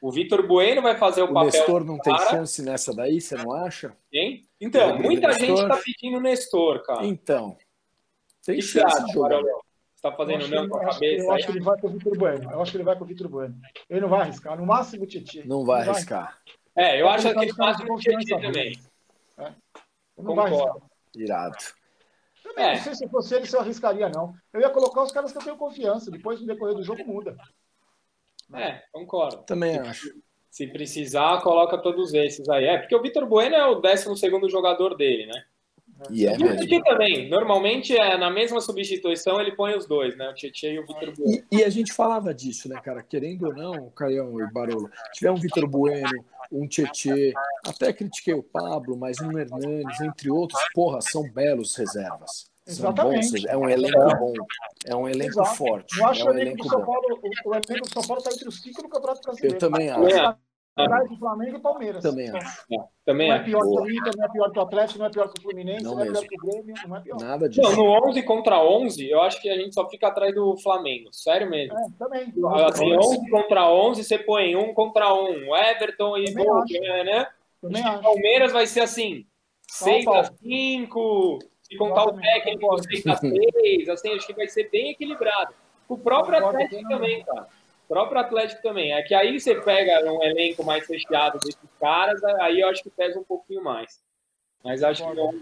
O Vitor Bueno vai fazer o, o papel. O Nestor não tem cara. chance nessa daí, você não acha? Hein? Então, muita gente está pedindo o Nestor, cara. Então, tem que chance que de jogar. Você está fazendo não com a cabeça? Eu acho que ele vai com o Vitor Bueno. Eu acho que ele vai com o Vitor Bueno. Ele não vai arriscar. No máximo o Tietchan. Não vai arriscar. É, eu acho que ele faz o Tietchan também. É. Não vai arriscar. Irado. Também, é. Não sei se fosse ele, se eu arriscaria, não. Eu ia colocar os caras que eu tenho confiança. Depois, no decorrer do jogo, muda. É, concordo. Também se, acho. Se precisar, coloca todos esses aí. É, porque o Vitor Bueno é o décimo segundo jogador dele, né? E, é e o Tietchan também. Normalmente, é, na mesma substituição, ele põe os dois, né? O Tietchan e o Vitor Bueno. E, e a gente falava disso, né, cara? Querendo ou não, Caião e Barolo, tiver um Vitor Bueno, um Tietchan, até critiquei o Pablo, mas um Hernanes, entre outros, porra, são belos reservas. São Exatamente. Bons, é um elenco bom, é um elenco Exato. forte. Eu acho é um o elenco do São Paulo, o, o elenco do São Paulo está entre os cinco no Campeonato Brasileiro. Eu também tá? acho. Atrás do Flamengo e Palmeiras. Também acho. É, também não é pior acho. que o Inter, não é pior que o Atlético, não é pior que o Fluminense, Não não, é mesmo. pior que o Grêmio, não é pior. Nada disso. Não, no onze contra onze, eu acho que a gente só fica atrás do Flamengo. Sério mesmo. É, também. Assim, onze contra onze, você põe um contra um. O Everton e Também Boca, acho. né? Também O acho. Palmeiras vai ser assim, seis Pau, pau. a cinco, se contar o Exatamente, técnico, concordo. seis a seis, assim, acho que vai ser bem equilibrado. O próprio Concordo Atlético plenamente. também, cara. O próprio Atlético também. É que aí você pega um elenco mais fechado desses caras, aí eu acho que pesa um pouquinho mais. Mas acho que não.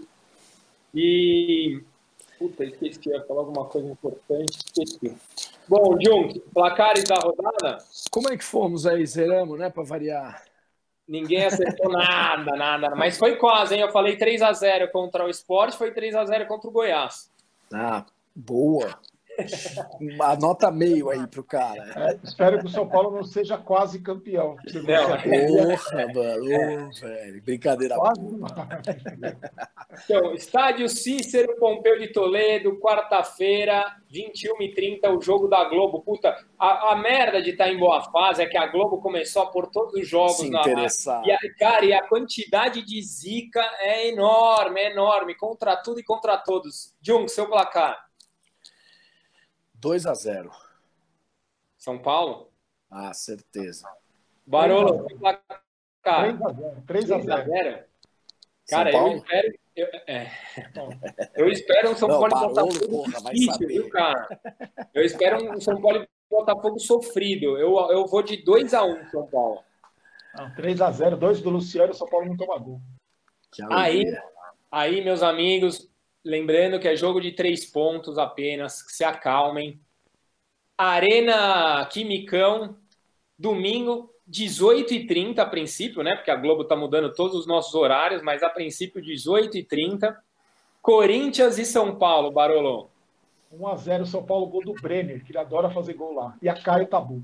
E... Puta, esqueci, eu ia falar alguma coisa importante, esqueci. Bom, Jung, placares da rodada? Como é que fomos aí? Zeramos, né? Para variar. Ninguém acertou nada, nada. Mas foi quase, hein? Eu falei três a zero contra o Sport, foi três a zero contra o Goiás. Ah, boa. Anota meio aí pro cara. É, espero que o São Paulo não seja quase campeão. Não, porra, mano. Ô, velho. Brincadeira. Quase. Então, Estádio Cícero Pompeu de Toledo, quarta-feira, vinte e uma e trinta, o jogo da Globo. Puta, a, a merda de estar em boa fase é que a Globo começou a pôr todos os jogos Se na interessar. e a, cara, e a quantidade de zica é enorme, é enorme, contra tudo e contra todos. Jung, seu placar. dois a zero. São Paulo? Ah, certeza. Barolo, seu placar. três a zero. Cara, São eu Paulo? espero. Eu, é. eu espero um São Não, Paulo e Barolo, Botafogo porra, vai difícil, saber. viu, cara? Eu espero um São Paulo e Botafogo sofrido. Eu, eu vou de dois a um São Paulo. três a zero, dois do Luciano, o São Paulo não toma gol. Que Aí, alegria. aí, meus amigos, lembrando que é jogo de três pontos apenas, que se acalmem. Arena Quimicão, domingo, dezoito e trinta a princípio, né? Porque a Globo está mudando todos os nossos horários, mas a princípio, dezoito e trinta. Corinthians e São Paulo, Barolo. um a zero, São Paulo, gol do Brenner, que ele adora fazer gol lá. E a Caio Tabu.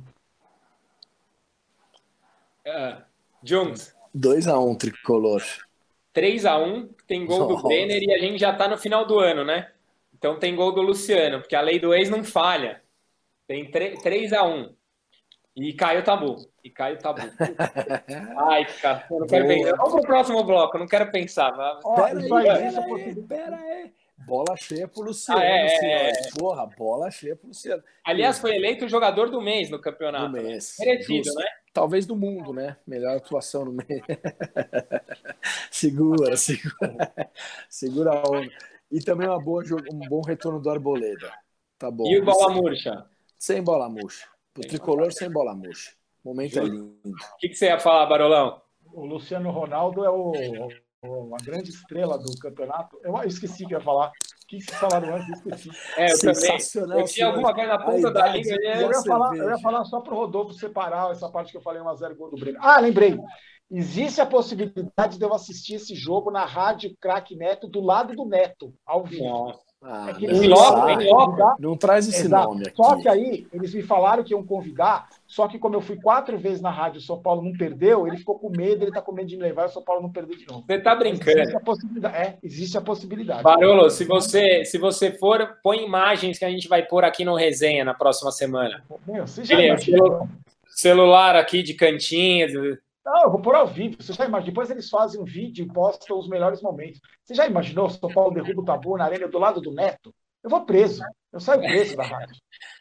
Uh, Jungs. dois a um, tricolor. três a um, tem gol Nossa. do Brenner e a gente já está no final do ano, né? Então tem gol do Luciano, porque a lei do ex não falha. Tem três a um. E caiu o tabu. E caiu o tabu. Ai, cara, eu não quero Boa. pensar. Vamos pro próximo bloco, eu não quero pensar. Ó, Pera isso aí, aí, pera isso é aí, possível. pera aí. Bola cheia pro Luciano, Ah, é, senhores. é. Porra, bola cheia pro Luciano. Aliás, foi eleito o jogador do mês no Do campeonato. mês. Merecido, Justo. né? Talvez do mundo, né? Melhor atuação no mês. segura, segura. Segura a onda. E também uma boa, um bom retorno do Arboleda. Tá bom. E o Bola Murcha? Sem bola murcha. O tricolor sem bola murcha. O momento é lindo. O que, que você ia falar, Barolão? O Luciano Ronaldo é o, o, a grande estrela do campeonato. Eu esqueci que ia falar. O que vocês falaram antes? Eu esqueci. É, eu também. Sensacional, Eu tinha alguma coisa na A ponta da idade língua. de né? Eu ia, falar, eu ia falar só para o Rodolfo separar essa parte que eu falei um a zero gol do Breno. Ah, lembrei. Existe a possibilidade de eu assistir esse jogo na rádio Craque Neto, do lado do Neto, ao vivo. Nossa. Ah, É que não, eles Em loco, falaram em que loco. convidar- não traz esse Exato. nome aqui. Só que aí, eles me falaram que iam convidar, só que como eu fui quatro vezes na rádio e o São Paulo não perdeu, ele ficou com medo, ele tá com medo de me levar e o São Paulo não perder de novo. Você tá Mas Existe brincando. a possibilidade. É, existe a possibilidade. Barolo, se você, se você for, põe imagens que a gente vai pôr aqui no resenha na próxima semana. Meu, você já Ele, imaginou? Celular aqui de cantinhas. Não, eu vou pôr ao vivo. Você já imagina? Depois eles fazem um vídeo e postam os melhores momentos. Você já imaginou se o São Paulo derruba o tabu na arena do lado do Neto? Eu vou preso. Eu saio preso da rádio.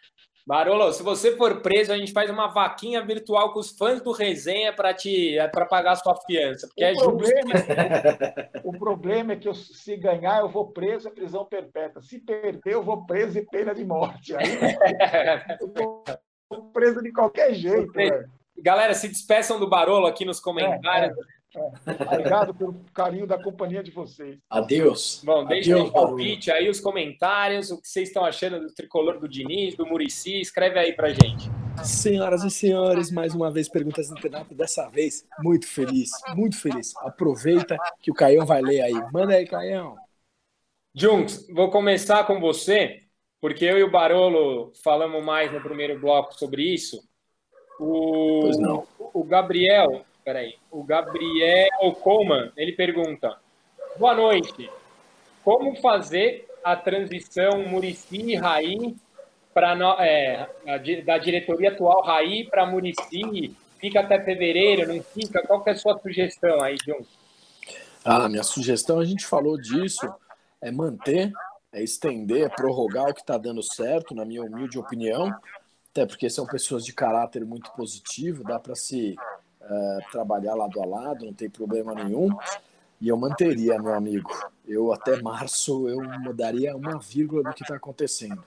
Barolo, se você for preso, a gente faz uma vaquinha virtual com os fãs do Resenha para te para pagar a sua fiança, porque o é problema, justo. o, o problema é que eu, se ganhar, eu vou preso, é prisão perpétua. Se perder, eu vou preso e pena de morte. Aí eu vou preso de qualquer jeito, velho. Galera, se despeçam do Barolo aqui nos comentários. É, é. É. Obrigado pelo carinho da companhia de vocês. Adeus. Bom, deixa Adeus, o palpite aí, os comentários, o que vocês estão achando do tricolor do Diniz, do Muricy, escreve aí pra gente. Senhoras e senhores, mais uma vez perguntas no internato, dessa vez muito feliz, muito feliz. Aproveita que o Caião vai ler aí. Manda aí, Caião. Junks, vou começar com você, porque eu e o Barolo falamos mais no primeiro bloco sobre isso. O, pois não. O Gabriel... Peraí. O Gabriel Coleman, ele pergunta: boa noite. Como fazer a transição Muricy e Raí para é, da diretoria atual Raí para Muricy? Fica até fevereiro, não fica? Qual que é a sua sugestão aí, John? Ah, minha sugestão, a gente falou disso, é manter, é estender, é prorrogar o que está dando certo, na minha humilde opinião, até porque são pessoas de caráter muito positivo, dá para se Uh, trabalhar lado a lado, não tem problema nenhum, e eu manteria, meu amigo. Eu até março eu mudaria uma vírgula do que está acontecendo.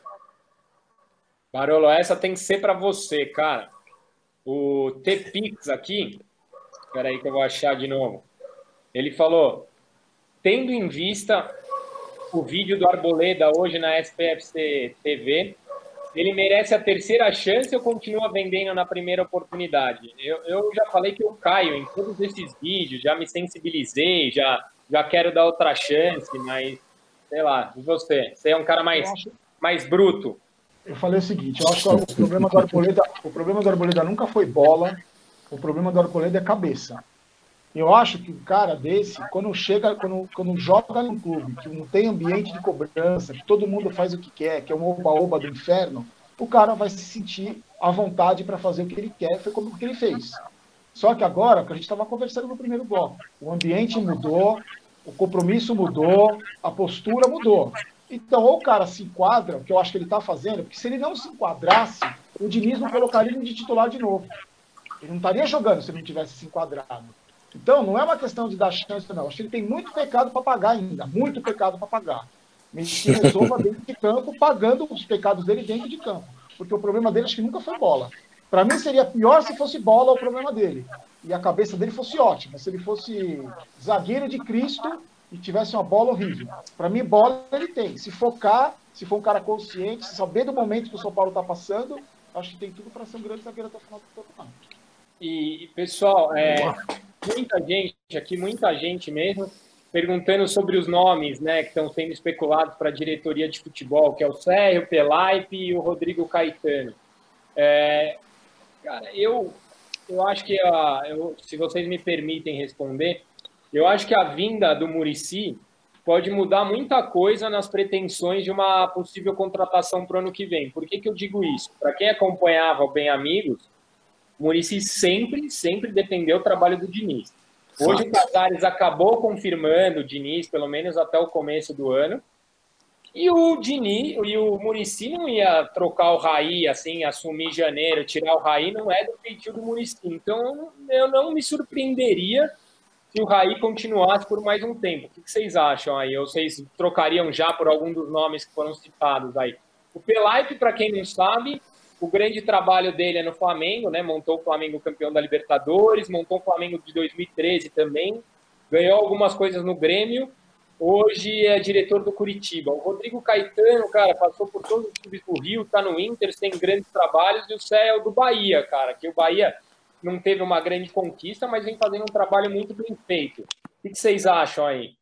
Barolo, essa tem que ser para você, cara. O T-Pix aqui, espera aí que eu vou achar de novo. Ele falou: tendo em vista o vídeo do Arboleda hoje na S P F C T V, ele merece a terceira chance ou continua vendendo na primeira oportunidade? Eu, eu já falei que eu caio em todos esses vídeos, já me sensibilizei, já, já quero dar outra chance, mas, sei lá, e você? Você é um cara mais, acho... mais bruto. Eu falei o seguinte, eu acho que o problema do Arboleda, o problema do Arboleda nunca foi bola, o problema do Arboleda é cabeça. Eu acho que um cara desse, quando chega, quando, quando joga num clube, que não tem ambiente de cobrança, que todo mundo faz o que quer, que é um oba-oba do inferno, o cara vai se sentir à vontade para fazer o que ele quer, foi como o que ele fez. Só que agora, que a gente estava conversando no primeiro bloco, o ambiente mudou, o compromisso mudou, a postura mudou. Então, ou o cara se enquadra, o que eu acho que ele está fazendo, porque se ele não se enquadrasse, o Diniz não colocaria ele de titular de novo. Ele não estaria jogando se ele não tivesse se enquadrado. Então, não é uma questão de dar chance, não. Acho que ele tem muito pecado para pagar ainda, muito pecado para pagar. Mas que resolva dentro de campo, pagando os pecados dele dentro de campo. Porque o problema dele acho que nunca foi bola. Para mim seria pior se fosse bola o problema dele. E a cabeça dele fosse ótima. Se ele fosse zagueiro de Cristo e tivesse uma bola horrível. Para mim, bola ele tem. Se focar, se for um cara consciente, se saber do momento que o São Paulo está passando, acho que tem tudo para ser um grande zagueiro até o final do campeonato. E, pessoal, é... muita gente aqui, muita gente mesmo, perguntando sobre os nomes, né, que estão sendo especulados para a diretoria de futebol, que é o Sérgio, o Pelaipe e o Rodrigo Caetano. É, cara, eu, eu acho que, a, eu, se vocês me permitem responder, eu acho que a vinda do Muricy pode mudar muita coisa nas pretensões de uma possível contratação para o ano que vem. Por que que eu digo isso? Para quem acompanhava o Bem Amigos, o Muricy sempre, sempre defendeu o trabalho do Diniz. Hoje o Casares acabou confirmando o Diniz, pelo menos até o começo do ano. E o Diniz e o Muricy não ia trocar o Raí, assim, assumir janeiro, tirar o Raí, não é do feitio do Muricy. Então eu não me surpreenderia se o Raí continuasse por mais um tempo. O que vocês acham aí? Ou vocês trocariam já por algum dos nomes que foram citados aí? O Pelaipe, para quem não sabe, o grande trabalho dele é no Flamengo, né? Montou o Flamengo campeão da Libertadores, montou o Flamengo de dois mil e treze também, ganhou algumas coisas no Grêmio, hoje é diretor do Curitiba. O Rodrigo Caetano, cara, passou por todos os clubes do Rio, tá no Inter, tem grandes trabalhos, e o Cé é o do Bahia, cara, que o Bahia não teve uma grande conquista, mas vem fazendo um trabalho muito bem feito. O que vocês acham aí?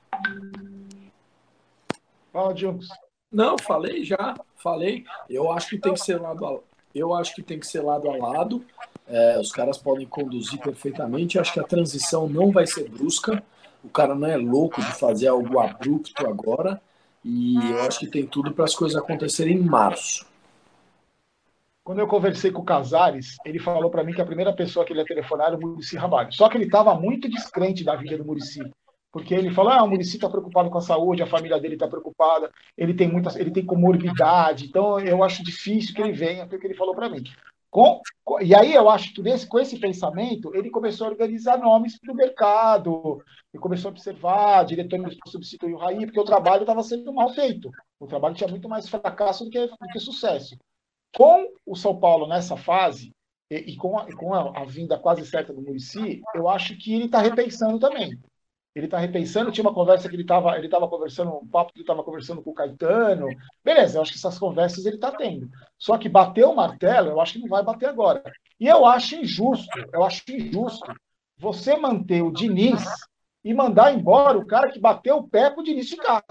Fala, Junks. Não, falei já, falei. Eu acho que tem que ser lado a, eu acho que tem que ser lado a lado. É, os caras podem conduzir perfeitamente. Acho que a transição não vai ser brusca. O cara não é louco de fazer algo abrupto agora. E eu acho que tem tudo para as coisas acontecerem em março. Quando eu conversei com o Casares, ele falou para mim que a primeira pessoa que ele ia telefonar era o Muricy Ramalho. Só que ele estava muito descrente da vida do Muricy. porque ele falou, ah, o Muricy está preocupado com a saúde, a família dele está preocupada, ele tem muitas, ele tem comorbidade, então eu acho difícil que ele venha, foi o que ele falou para mim. Com, com, e aí eu acho que nesse, com esse pensamento, ele começou a organizar nomes para o mercado, ele começou a observar diretores para substituir o Raí, porque o trabalho estava sendo mal feito. O trabalho tinha muito mais fracasso do que, do que sucesso. Com o São Paulo nessa fase, e, e com, a, com a, a vinda quase certa do Muricy, eu acho que ele está repensando também. Ele está repensando, tinha uma conversa que ele estava ele tava conversando, um papo que ele estava conversando com o Caetano. Beleza, eu acho que essas conversas ele está tendo. Só que bater o martelo, eu acho que não vai bater agora. E eu acho injusto, eu acho injusto você manter o Diniz e mandar embora o cara que bateu o pé para o Diniz ficar.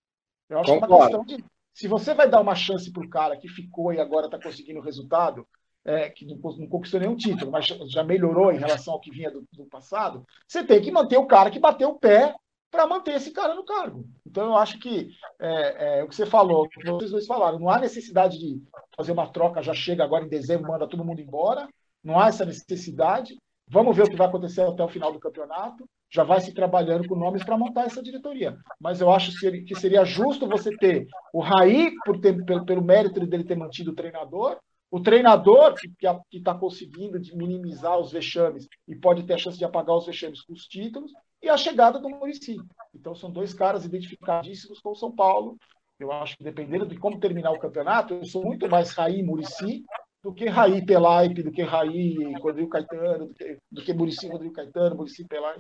Eu acho que é uma questão de... Se você vai dar uma chance para o cara que ficou e agora está conseguindo resultado, É, que não, não conquistou nenhum título, mas já melhorou em relação ao que vinha do, do passado, você tem que manter o cara que bateu o pé para manter esse cara no cargo. Então, eu acho que é, é, o que você falou, o que vocês dois falaram, não há necessidade de fazer uma troca, já chega agora em dezembro, manda todo mundo embora, não há essa necessidade. Vamos ver o que vai acontecer até o final do campeonato, já vai se trabalhando com nomes para montar essa diretoria. Mas eu acho que seria justo você ter o Raí, por ter, pelo, pelo mérito dele ter mantido o treinador, o treinador que está conseguindo minimizar os vexames e pode ter a chance de apagar os vexames com os títulos, e a chegada do Muricy. Então, são dois caras identificadíssimos com o São Paulo. Eu acho que, dependendo de como terminar o campeonato, eu sou muito mais Raí e Muricy do que Raí Pelaipe, do que Raí Rodrigo Caetano, do que, do que Muricy Rodrigo Caetano, Muricy Pelaipe.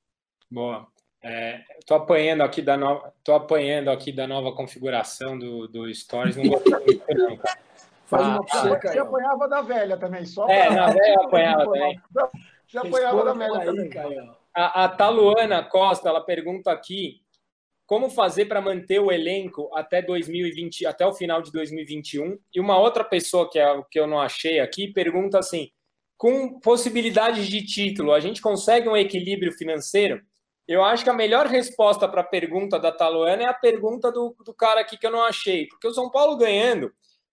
Boa. É, tô apanhando aqui da nova, tô apanhando aqui da nova configuração do, do Stories. Não gostei muito, não, cara. Faz ah, uma pra você, Você apanhava da velha também, só É, pra... na velha eu apanhava também. Você apanhava da velha aí, também. Caio. A, a Taluana Costa, ela pergunta aqui, como fazer para manter o elenco até dois mil e vinte, até o final de dois mil e vinte e um? E uma outra pessoa que, é, que eu não achei aqui, pergunta assim, com possibilidades de título, a gente consegue um equilíbrio financeiro? Eu acho que a melhor resposta para a pergunta da Taluana é a pergunta do, do cara aqui que eu não achei, porque o São Paulo ganhando,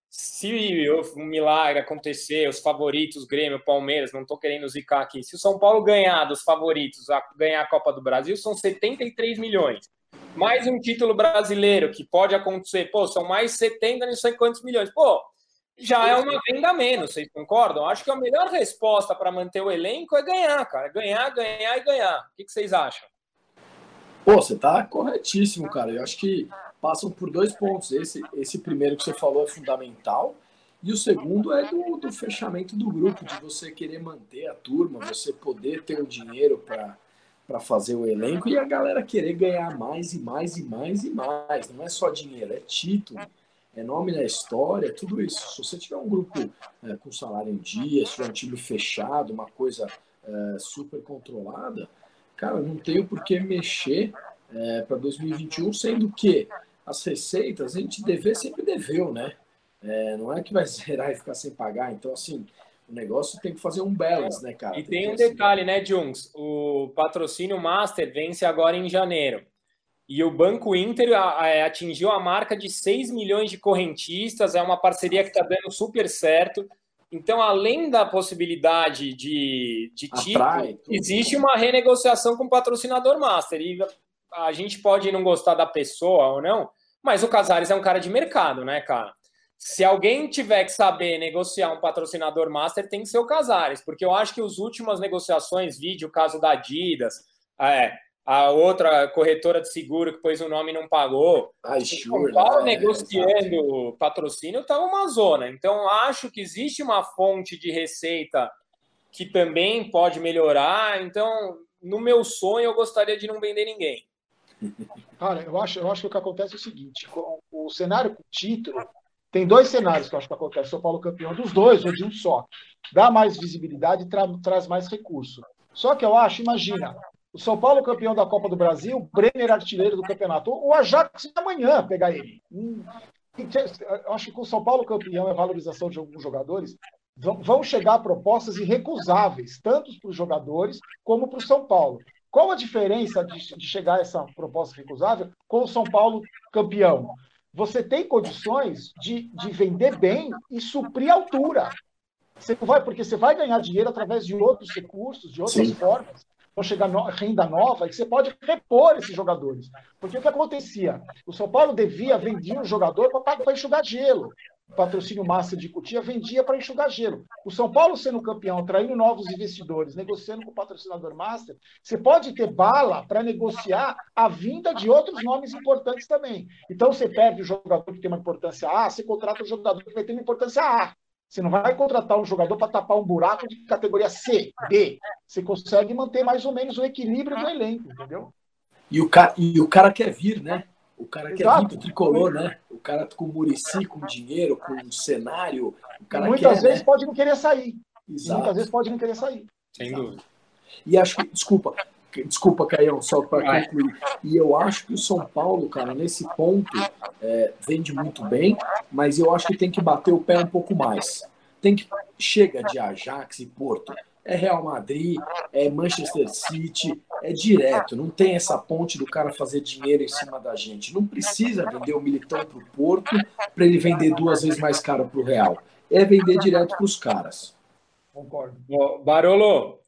se um milagre acontecer, os favoritos, Grêmio, Palmeiras, não estou querendo zicar aqui, se o São Paulo ganhar dos favoritos, a ganhar a Copa do Brasil, são setenta e três milhões. Mais um título brasileiro, que pode acontecer, pô, são mais setenta, não sei quantos milhões. Pô, já é uma venda a menos, vocês concordam? Acho que a melhor resposta para manter o elenco é ganhar, cara. Ganhar, ganhar e ganhar. O que, que vocês acham? Pô, você tá corretíssimo, cara. Eu acho que passam por dois pontos. Esse, esse primeiro que você falou é fundamental. E o segundo é do, do fechamento do grupo, de você querer manter a turma, você poder ter o dinheiro para para fazer o elenco e a galera querer ganhar mais e mais e mais e mais. Não é só dinheiro, é título, é nome na história, tudo isso. Se você tiver um grupo é, com salário em dia, se tiver um time fechado, uma coisa é, super controlada, cara, não tenho por que mexer é, para dois mil e vinte e um, sendo que as receitas a gente dever sempre deveu, né? É, não é que vai zerar e ficar sem pagar. Então, assim, o negócio tem que fazer um balance, né, cara? E tem, tem um assim... detalhe, né, Jungs? O patrocínio Master vence agora em janeiro. E o Banco Inter atingiu a marca de seis milhões de correntistas, é uma parceria que está dando super certo. Então, além da possibilidade de, de título, existe uma renegociação com o patrocinador Master. E a gente pode não gostar da pessoa ou não, mas o Casares é um cara de mercado, né, cara? Se alguém tiver que saber negociar um patrocinador Master, tem que ser o Casares, porque eu acho que as últimas negociações, vídeo, o caso da Adidas, é, a outra corretora de seguro que pôs o nome e não pagou, Ai, São Paulo negociando é, patrocínio, estava uma zona. Então, acho que existe uma fonte de receita que também pode melhorar. Então, no meu sonho, eu gostaria de não vender ninguém. Cara, eu acho, eu acho que o que acontece é o seguinte, com o cenário com o título, tem dois cenários que eu acho que acontece. São Paulo campeão dos dois, ou de um só. Dá mais visibilidade e tra traz mais recurso. Só que eu acho, imagina, o São Paulo campeão da Copa do Brasil, Brenner artilheiro do campeonato. O Ajax amanhã pegar ele. Eu acho que com o São Paulo campeão e a valorização de alguns jogadores, vão chegar propostas irrecusáveis, tanto para os jogadores como para o São Paulo. Qual a diferença de, de chegar a essa proposta recusável com o São Paulo campeão? Você tem condições de, de vender bem e suprir a altura. Você vai, porque você vai ganhar dinheiro através de outros recursos, de outras Sim. formas. chegar no, renda nova, e você pode repor esses jogadores. Porque o que acontecia? O São Paulo devia, vendia um jogador para enxugar gelo. O patrocínio Master de Cotia vendia para enxugar gelo. O São Paulo sendo campeão, atraindo novos investidores, negociando com o patrocinador Master, você pode ter bala para negociar a vinda de outros nomes importantes também. Então você perde o jogador que tem uma importância A, você contrata o jogador que vai ter uma importância A. Você não vai contratar um jogador para tapar um buraco de categoria C, B. Você consegue manter mais ou menos o equilíbrio do elenco, entendeu? E o cara, e o cara quer vir, né? O cara Exato. quer vir pro tricolor, né? O cara com o Muricy, com dinheiro, com o cenário. O cara muitas quer, vezes né? pode não querer sair. Exato. E muitas vezes pode não querer sair. Sem dúvida. E acho que, desculpa, desculpa, Caião, só para concluir. E eu acho que o São Paulo, cara, nesse ponto, é, vende muito bem, mas eu acho que tem que bater o pé um pouco mais. Tem que chega de Ajax e Porto. É Real Madrid, é Manchester City, é direto. Não tem essa ponte do cara fazer dinheiro em cima da gente. Não precisa vender o Militão para o Porto para ele vender duas vezes mais caro para o Real. É vender direto para os caras. Concordo. Barolo,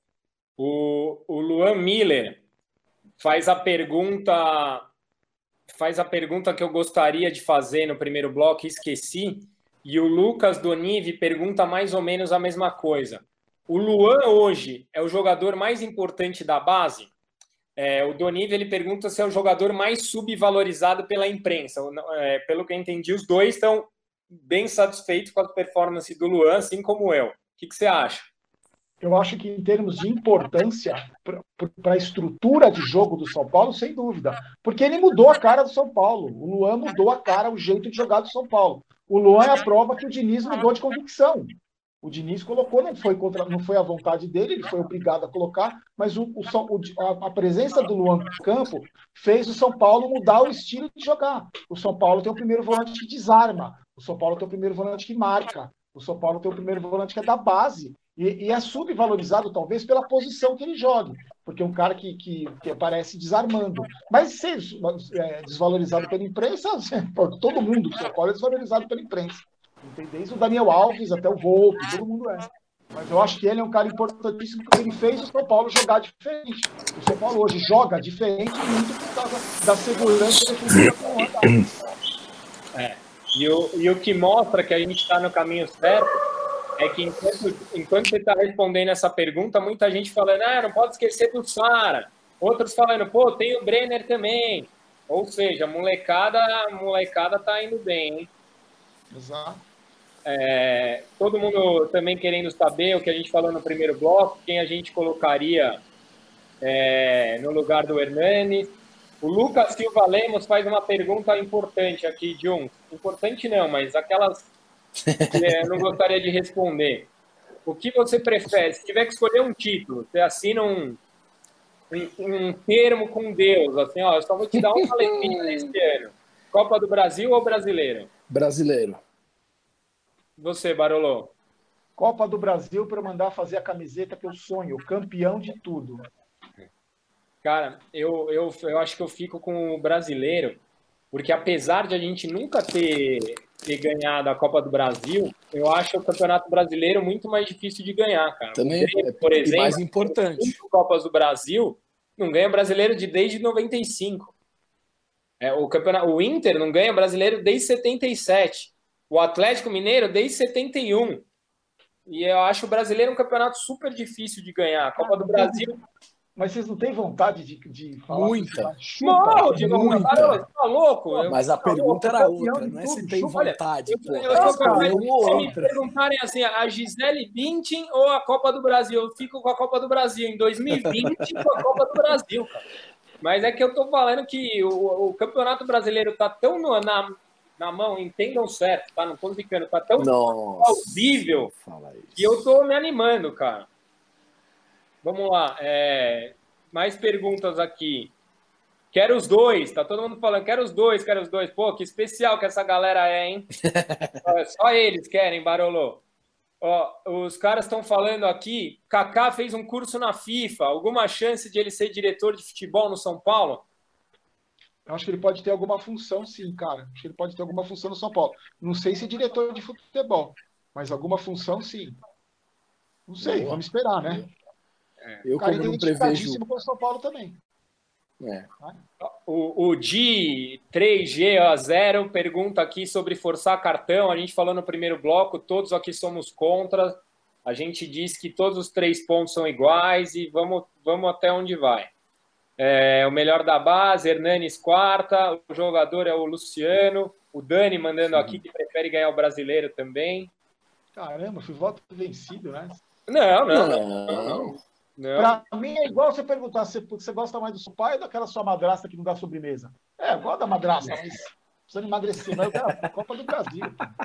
o, o Luan Miller faz a pergunta faz a pergunta que eu gostaria de fazer no primeiro bloco e esqueci. E o Lucas Donive pergunta mais ou menos a mesma coisa. O Luan hoje é o jogador mais importante da base? É, o Donive ele pergunta se é o jogador mais subvalorizado pela imprensa. É, pelo que eu entendi, os dois estão bem satisfeitos com a performance do Luan, assim como eu. O que, que você acha? Eu acho que em termos de importância para a estrutura de jogo do São Paulo, sem dúvida. Porque ele mudou a cara do São Paulo. O Luan mudou a cara, o jeito de jogar do São Paulo. O Luan é a prova que o Diniz mudou de convicção. O Diniz colocou, não foi, contra, não foi a vontade dele, ele foi obrigado a colocar, mas o, o, a, a presença do Luan no campo fez o São Paulo mudar o estilo de jogar. O São Paulo tem o primeiro volante que desarma, o São Paulo tem o primeiro volante que marca, o São Paulo tem o primeiro volante que é da base, e, e é subvalorizado talvez pela posição que ele joga, porque é um cara que, que, que aparece desarmando. Mas ser é, desvalorizado pela imprensa, todo mundo do São Paulo é desvalorizado pela imprensa. Desde o Daniel Alves até o Volpe, todo mundo é. Mas eu acho que ele é um cara importantíssimo porque ele fez o São Paulo jogar diferente. O São Paulo hoje joga diferente muito por causa da segurança defensiva com o andar. É. E o, e o que mostra que a gente está no caminho certo é que enquanto, enquanto você está respondendo essa pergunta, muita gente falando, ah, não pode esquecer do Sara. Outros falando, pô, tem o Brenner também. Ou seja, a molecada, a molecada tá indo bem, hein? Exato. É, todo mundo também querendo saber o que a gente falou no primeiro bloco, quem a gente colocaria é, no lugar do Hernanes. O Lucas Silva Lemos faz uma pergunta importante aqui, Jun. Importante não, mas aquelas que eu não gostaria de responder. O que você prefere? Se tiver que escolher um título, você assina um, um, um termo com Deus, assim, ó, eu só vou te dar uma letrinha este ano. Copa do Brasil ou Brasileiro? Brasileiro. Você, Barolo. Copa do Brasil para mandar fazer a camiseta que eu sonho, campeão de tudo. Cara, eu, eu, eu acho que eu fico com o brasileiro, porque apesar de a gente nunca ter, ter ganhado a Copa do Brasil, eu acho o Campeonato Brasileiro muito mais difícil de ganhar, cara. Também, Grêmio, por é exemplo, mais importante. cinco Copas do Brasil não ganha brasileiro de desde noventa e cinco. É, o, campeonato, o Inter não ganha brasileiro desde setenta e sete. O Atlético Mineiro desde setenta e um. E eu acho o brasileiro um campeonato super difícil de ganhar. A Copa do Brasil... Mas vocês não têm vontade de, de falar? Muita. Não, de muita. Você tá louco? Eu, mas a tá pergunta louco, era outra, não é se tem vontade. Eu, pô. eu, eu, Escolher eu, uma ou se me outra. perguntarem assim, a Gisele Bündchen ou a Copa do Brasil, eu fico com a Copa do Brasil em dois mil e vinte com a Copa do Brasil, cara. Mas é que eu tô falando que o, o Campeonato Brasileiro tá tão no, na, na mão, entendam certo, tá? Não tô ficando, tá tão plausível que eu tô me animando, cara. Vamos lá, é... mais perguntas aqui. Quero os dois, tá todo mundo falando, quero os dois, quero os dois. Pô, que especial que essa galera é, hein? Só eles querem, Barolo. Ó, os caras estão falando aqui, Kaká fez um curso na FIFA, alguma chance de ele ser diretor de futebol no São Paulo? Eu acho que ele pode ter alguma função, sim, cara. Acho que ele pode ter alguma função no São Paulo. Não sei se diretor de futebol, mas alguma função, sim. Não sei, Boa. Vamos esperar, né? Eu, como não prevejo... com o São Paulo também. É. O, o G três G a zero pergunta aqui sobre forçar cartão. A gente falou no primeiro bloco, todos aqui somos contra. A gente diz que todos os três pontos são iguais e vamos, vamos até onde vai. É, o melhor da base, Hernanes quarta, o jogador é o Luciano, o Dani mandando Sim. aqui que prefere ganhar o brasileiro também. Caramba, fui voto vencido, né? Não, não, não. não. não. Pra mim é igual você perguntar se você gosta mais do seu pai ou daquela sua madrasta que não dá sobremesa. É, eu gosto da madrasta, mas precisando emagrecer, mas eu quero a Copa do Brasil.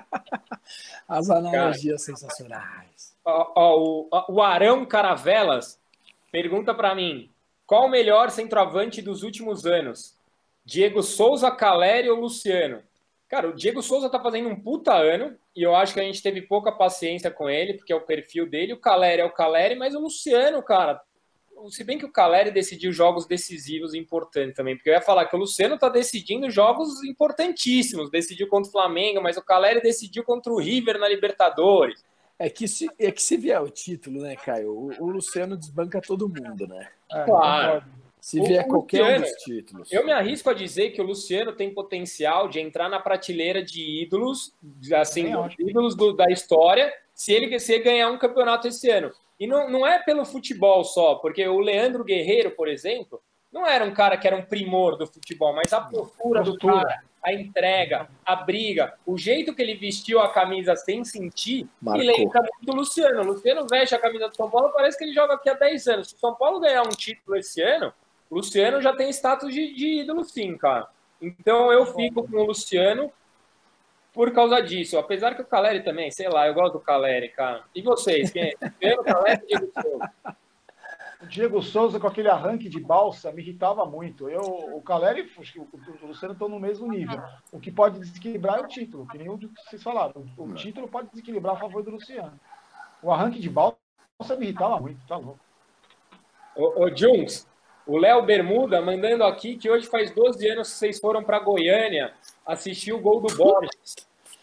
As analogias Cara, sensacionais. Ó, ó, o, o Arão Caravelas pergunta para mim: qual o melhor centroavante dos últimos anos? Diego Souza, Caleri ou Luciano? Cara, o Diego Souza tá fazendo um puta ano e eu acho que a gente teve pouca paciência com ele, porque é o perfil dele. O Caleri é o Caleri, mas o Luciano, cara, se bem que o Caleri decidiu jogos decisivos e importantes também, porque eu ia falar que o Luciano tá decidindo jogos importantíssimos, decidiu contra o Flamengo, mas o Caleri decidiu contra o River na Libertadores. É que se, é que se vier o título, né, Caio, o, o Luciano desbanca todo mundo, né? É, claro. Se vier o qualquer Luciano, um dos títulos. Eu me arrisco a dizer que o Luciano tem potencial de entrar na prateleira de ídolos, assim, ídolos do, da história, se ele, se ele ganhar um campeonato esse ano. E não, não é pelo futebol só, porque o Leandro Guerreiro, por exemplo, não era um cara que era um primor do futebol, mas a postura do cara, a entrega, a briga, o jeito que ele vestiu a camisa sem sentir, Marcou. E lembra muito o Luciano. O Luciano veste a camisa do São Paulo, parece que ele joga aqui há dez anos. Se o São Paulo ganhar um título esse ano, o Luciano já tem status de, de ídolo sim, cara. Então eu fico com o Luciano por causa disso. Apesar que o Caleri também, sei lá, eu gosto do Caleri, cara. E vocês? Quem é? Luciano, Caleri e Diego Souza? O Diego Souza, com aquele arranque de balsa, me irritava muito. Eu, o Caleri e o Luciano estão no mesmo nível. O que pode desequilibrar é o título, que nem o que vocês falaram. O, o título pode desequilibrar a favor do Luciano. O arranque de balsa me irritava muito, tá louco. Ô, ô Junks, o Léo Bermuda mandando aqui que hoje faz doze anos que vocês foram para Goiânia assistir o gol do Borges.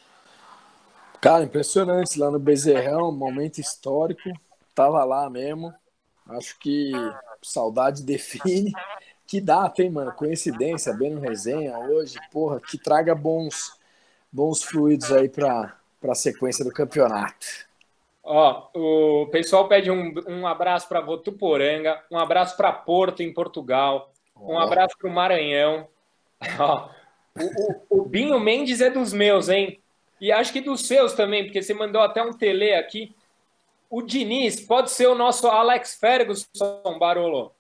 Cara, impressionante lá no Bezerrão, momento histórico. Tava lá mesmo. Acho que saudade define. Que data, hein, mano? Coincidência, bem no resenha hoje. Porra, que traga bons, bons fluidos aí para a sequência do campeonato. Ó, o pessoal pede um, um abraço para Votuporanga, um abraço para Porto, em Portugal, um abraço para o Maranhão. Ó, o, o, o Binho Mendes é dos meus, hein? E acho que dos seus também, porque você mandou até um tele aqui. O Diniz pode ser o nosso Alex Ferguson, Barolo.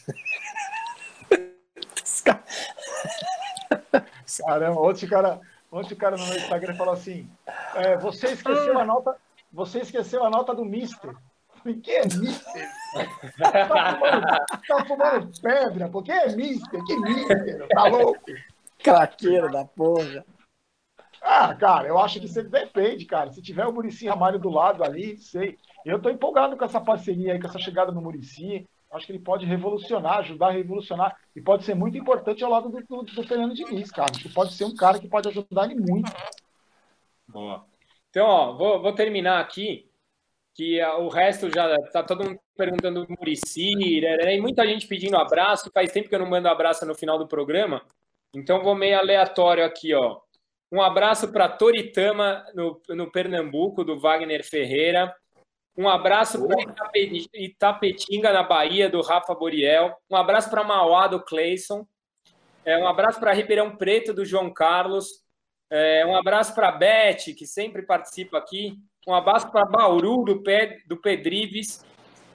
Caramba, ontem o cara, ontem o cara no meu Instagram falou assim: é, você esqueceu a nota. Você esqueceu a nota do Mister. Que é Mister? Tá fumando, tá fumando pedra, porque é Mister? Que Mister? Tá louco? Craqueira da porra. Ah, cara, eu acho que você depende, cara. Se tiver o Muricy Ramalho do lado ali, sei. Eu tô empolgado com essa parceria aí, com essa chegada no Muricy. Acho que ele pode revolucionar, ajudar a revolucionar. E pode ser muito importante ao lado do, do, do Fernando Diniz, cara. Acho que pode ser um cara que pode ajudar ele muito. Boa. Então, ó, vou, vou terminar aqui, que uh, o resto já tá todo mundo perguntando do Muricy, e muita gente pedindo abraço. Faz tempo que eu não mando abraço no final do programa, então vou meio aleatório aqui, ó. Um abraço para Toritama, no, no Pernambuco, do Wagner Ferreira. Um abraço para Itape, Itapetinga, na Bahia, do Rafa Boriel. Um abraço para Mauá, do Cleison. É, um abraço para Ribeirão Preto, do João Carlos. É, um abraço para a Beth, que sempre participa aqui. Um abraço para Bauru, do, Pe, do Pedrives.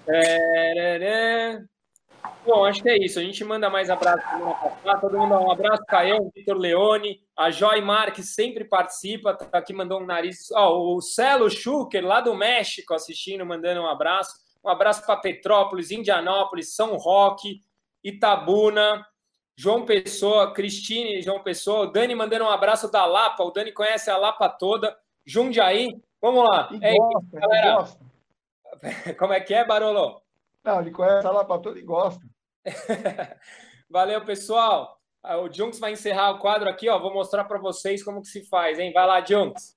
É... Bom, acho que é isso. A gente manda mais abraço. Todo mundo dá um abraço. Caião, Vitor Leone. A Joy Marques sempre participa. Tá aqui, mandou um nariz. Oh, o Celo Schuker, lá do México, assistindo, mandando um abraço. Um abraço para Petrópolis, Indianópolis, São Roque, Itabuna, João Pessoa, Cristine, João Pessoa, o Dani mandando um abraço da Lapa, o Dani conhece a Lapa toda, Jundiaí, vamos lá. E é gosta, isso, galera. Gosta. Como é que é, Barolo? Não, ele conhece a Lapa toda e gosta. Valeu, pessoal. O Junks vai encerrar o quadro aqui, ó, vou mostrar para vocês como que se faz, hein? Vai lá, Junks.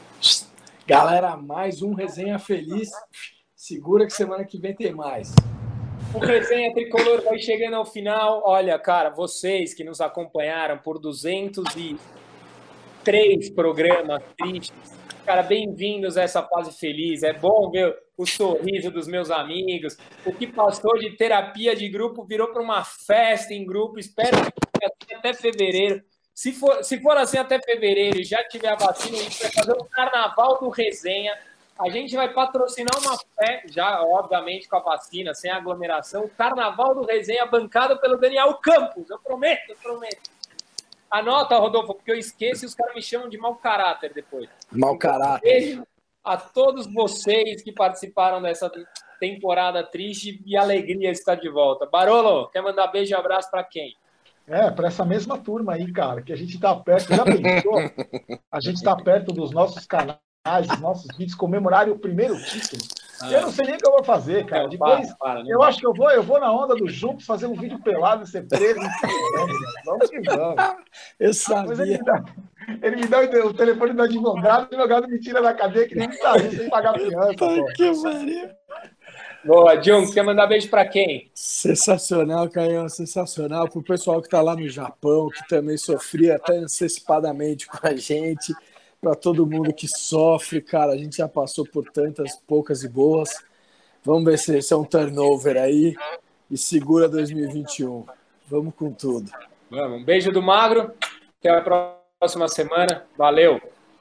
Galera, mais um Resenha Feliz. Segura que semana que vem tem mais. O Resenha Tricolor vai chegando ao final. Olha, cara, vocês que nos acompanharam por duzentos e três programas tristes, cara, bem-vindos a essa fase feliz. É bom ver o sorriso dos meus amigos. O que passou de terapia de grupo virou para uma festa em grupo. Espero que assim até fevereiro. Se for, se for assim até fevereiro e já tiver a vacina, a gente vai fazer um carnaval do Resenha. A gente vai patrocinar uma festa, já obviamente com a vacina, sem aglomeração, o Carnaval do Resenha, bancado pelo Daniel Campos. Eu prometo, eu prometo. Anota, Rodolfo, porque eu esqueço e os caras me chamam de mau caráter depois. Mau caráter. Beijo a todos vocês que participaram dessa temporada triste e alegria estar de volta. Barolo, quer mandar beijo e abraço para quem? É, para essa mesma turma aí, cara, que a gente tá perto, já pensou? A gente tá perto dos nossos canais, dos nossos vídeos, comemorarem o primeiro título. Ah. Eu não sei nem o que eu vou fazer, cara. Depois, para, para, eu acho que eu vou, eu vou na onda do Juntos fazer um vídeo pelado e ser preso. Vamos que vamos. Eu sabia. Ele me, dá, ele me dá o telefone do advogado, o advogado me tira da cadeia que nem me saiu sem pagar fiança. Que pariu. Boa, John, quer mandar beijo para quem? Sensacional, Caio, sensacional. Para o pessoal que está lá no Japão, que também sofria até antecipadamente com a gente. Para todo mundo que sofre, cara, a gente já passou por tantas, poucas e boas. Vamos ver se esse é um turnover aí e segura dois mil e vinte e um. Vamos com tudo. Vamos, um beijo do Magro. Até a próxima semana. Valeu.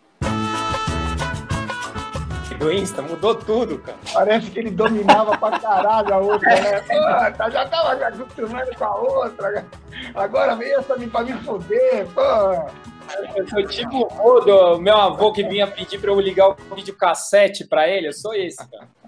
Do Insta mudou tudo, cara. Parece que ele dominava pra caralho a outra, né? Pô, já tava acostumado com a outra. Agora vem essa pra me foder, pô. Eu sou tipo o do meu avô que vinha pedir para eu ligar o videocassete para ele. Eu sou esse, cara.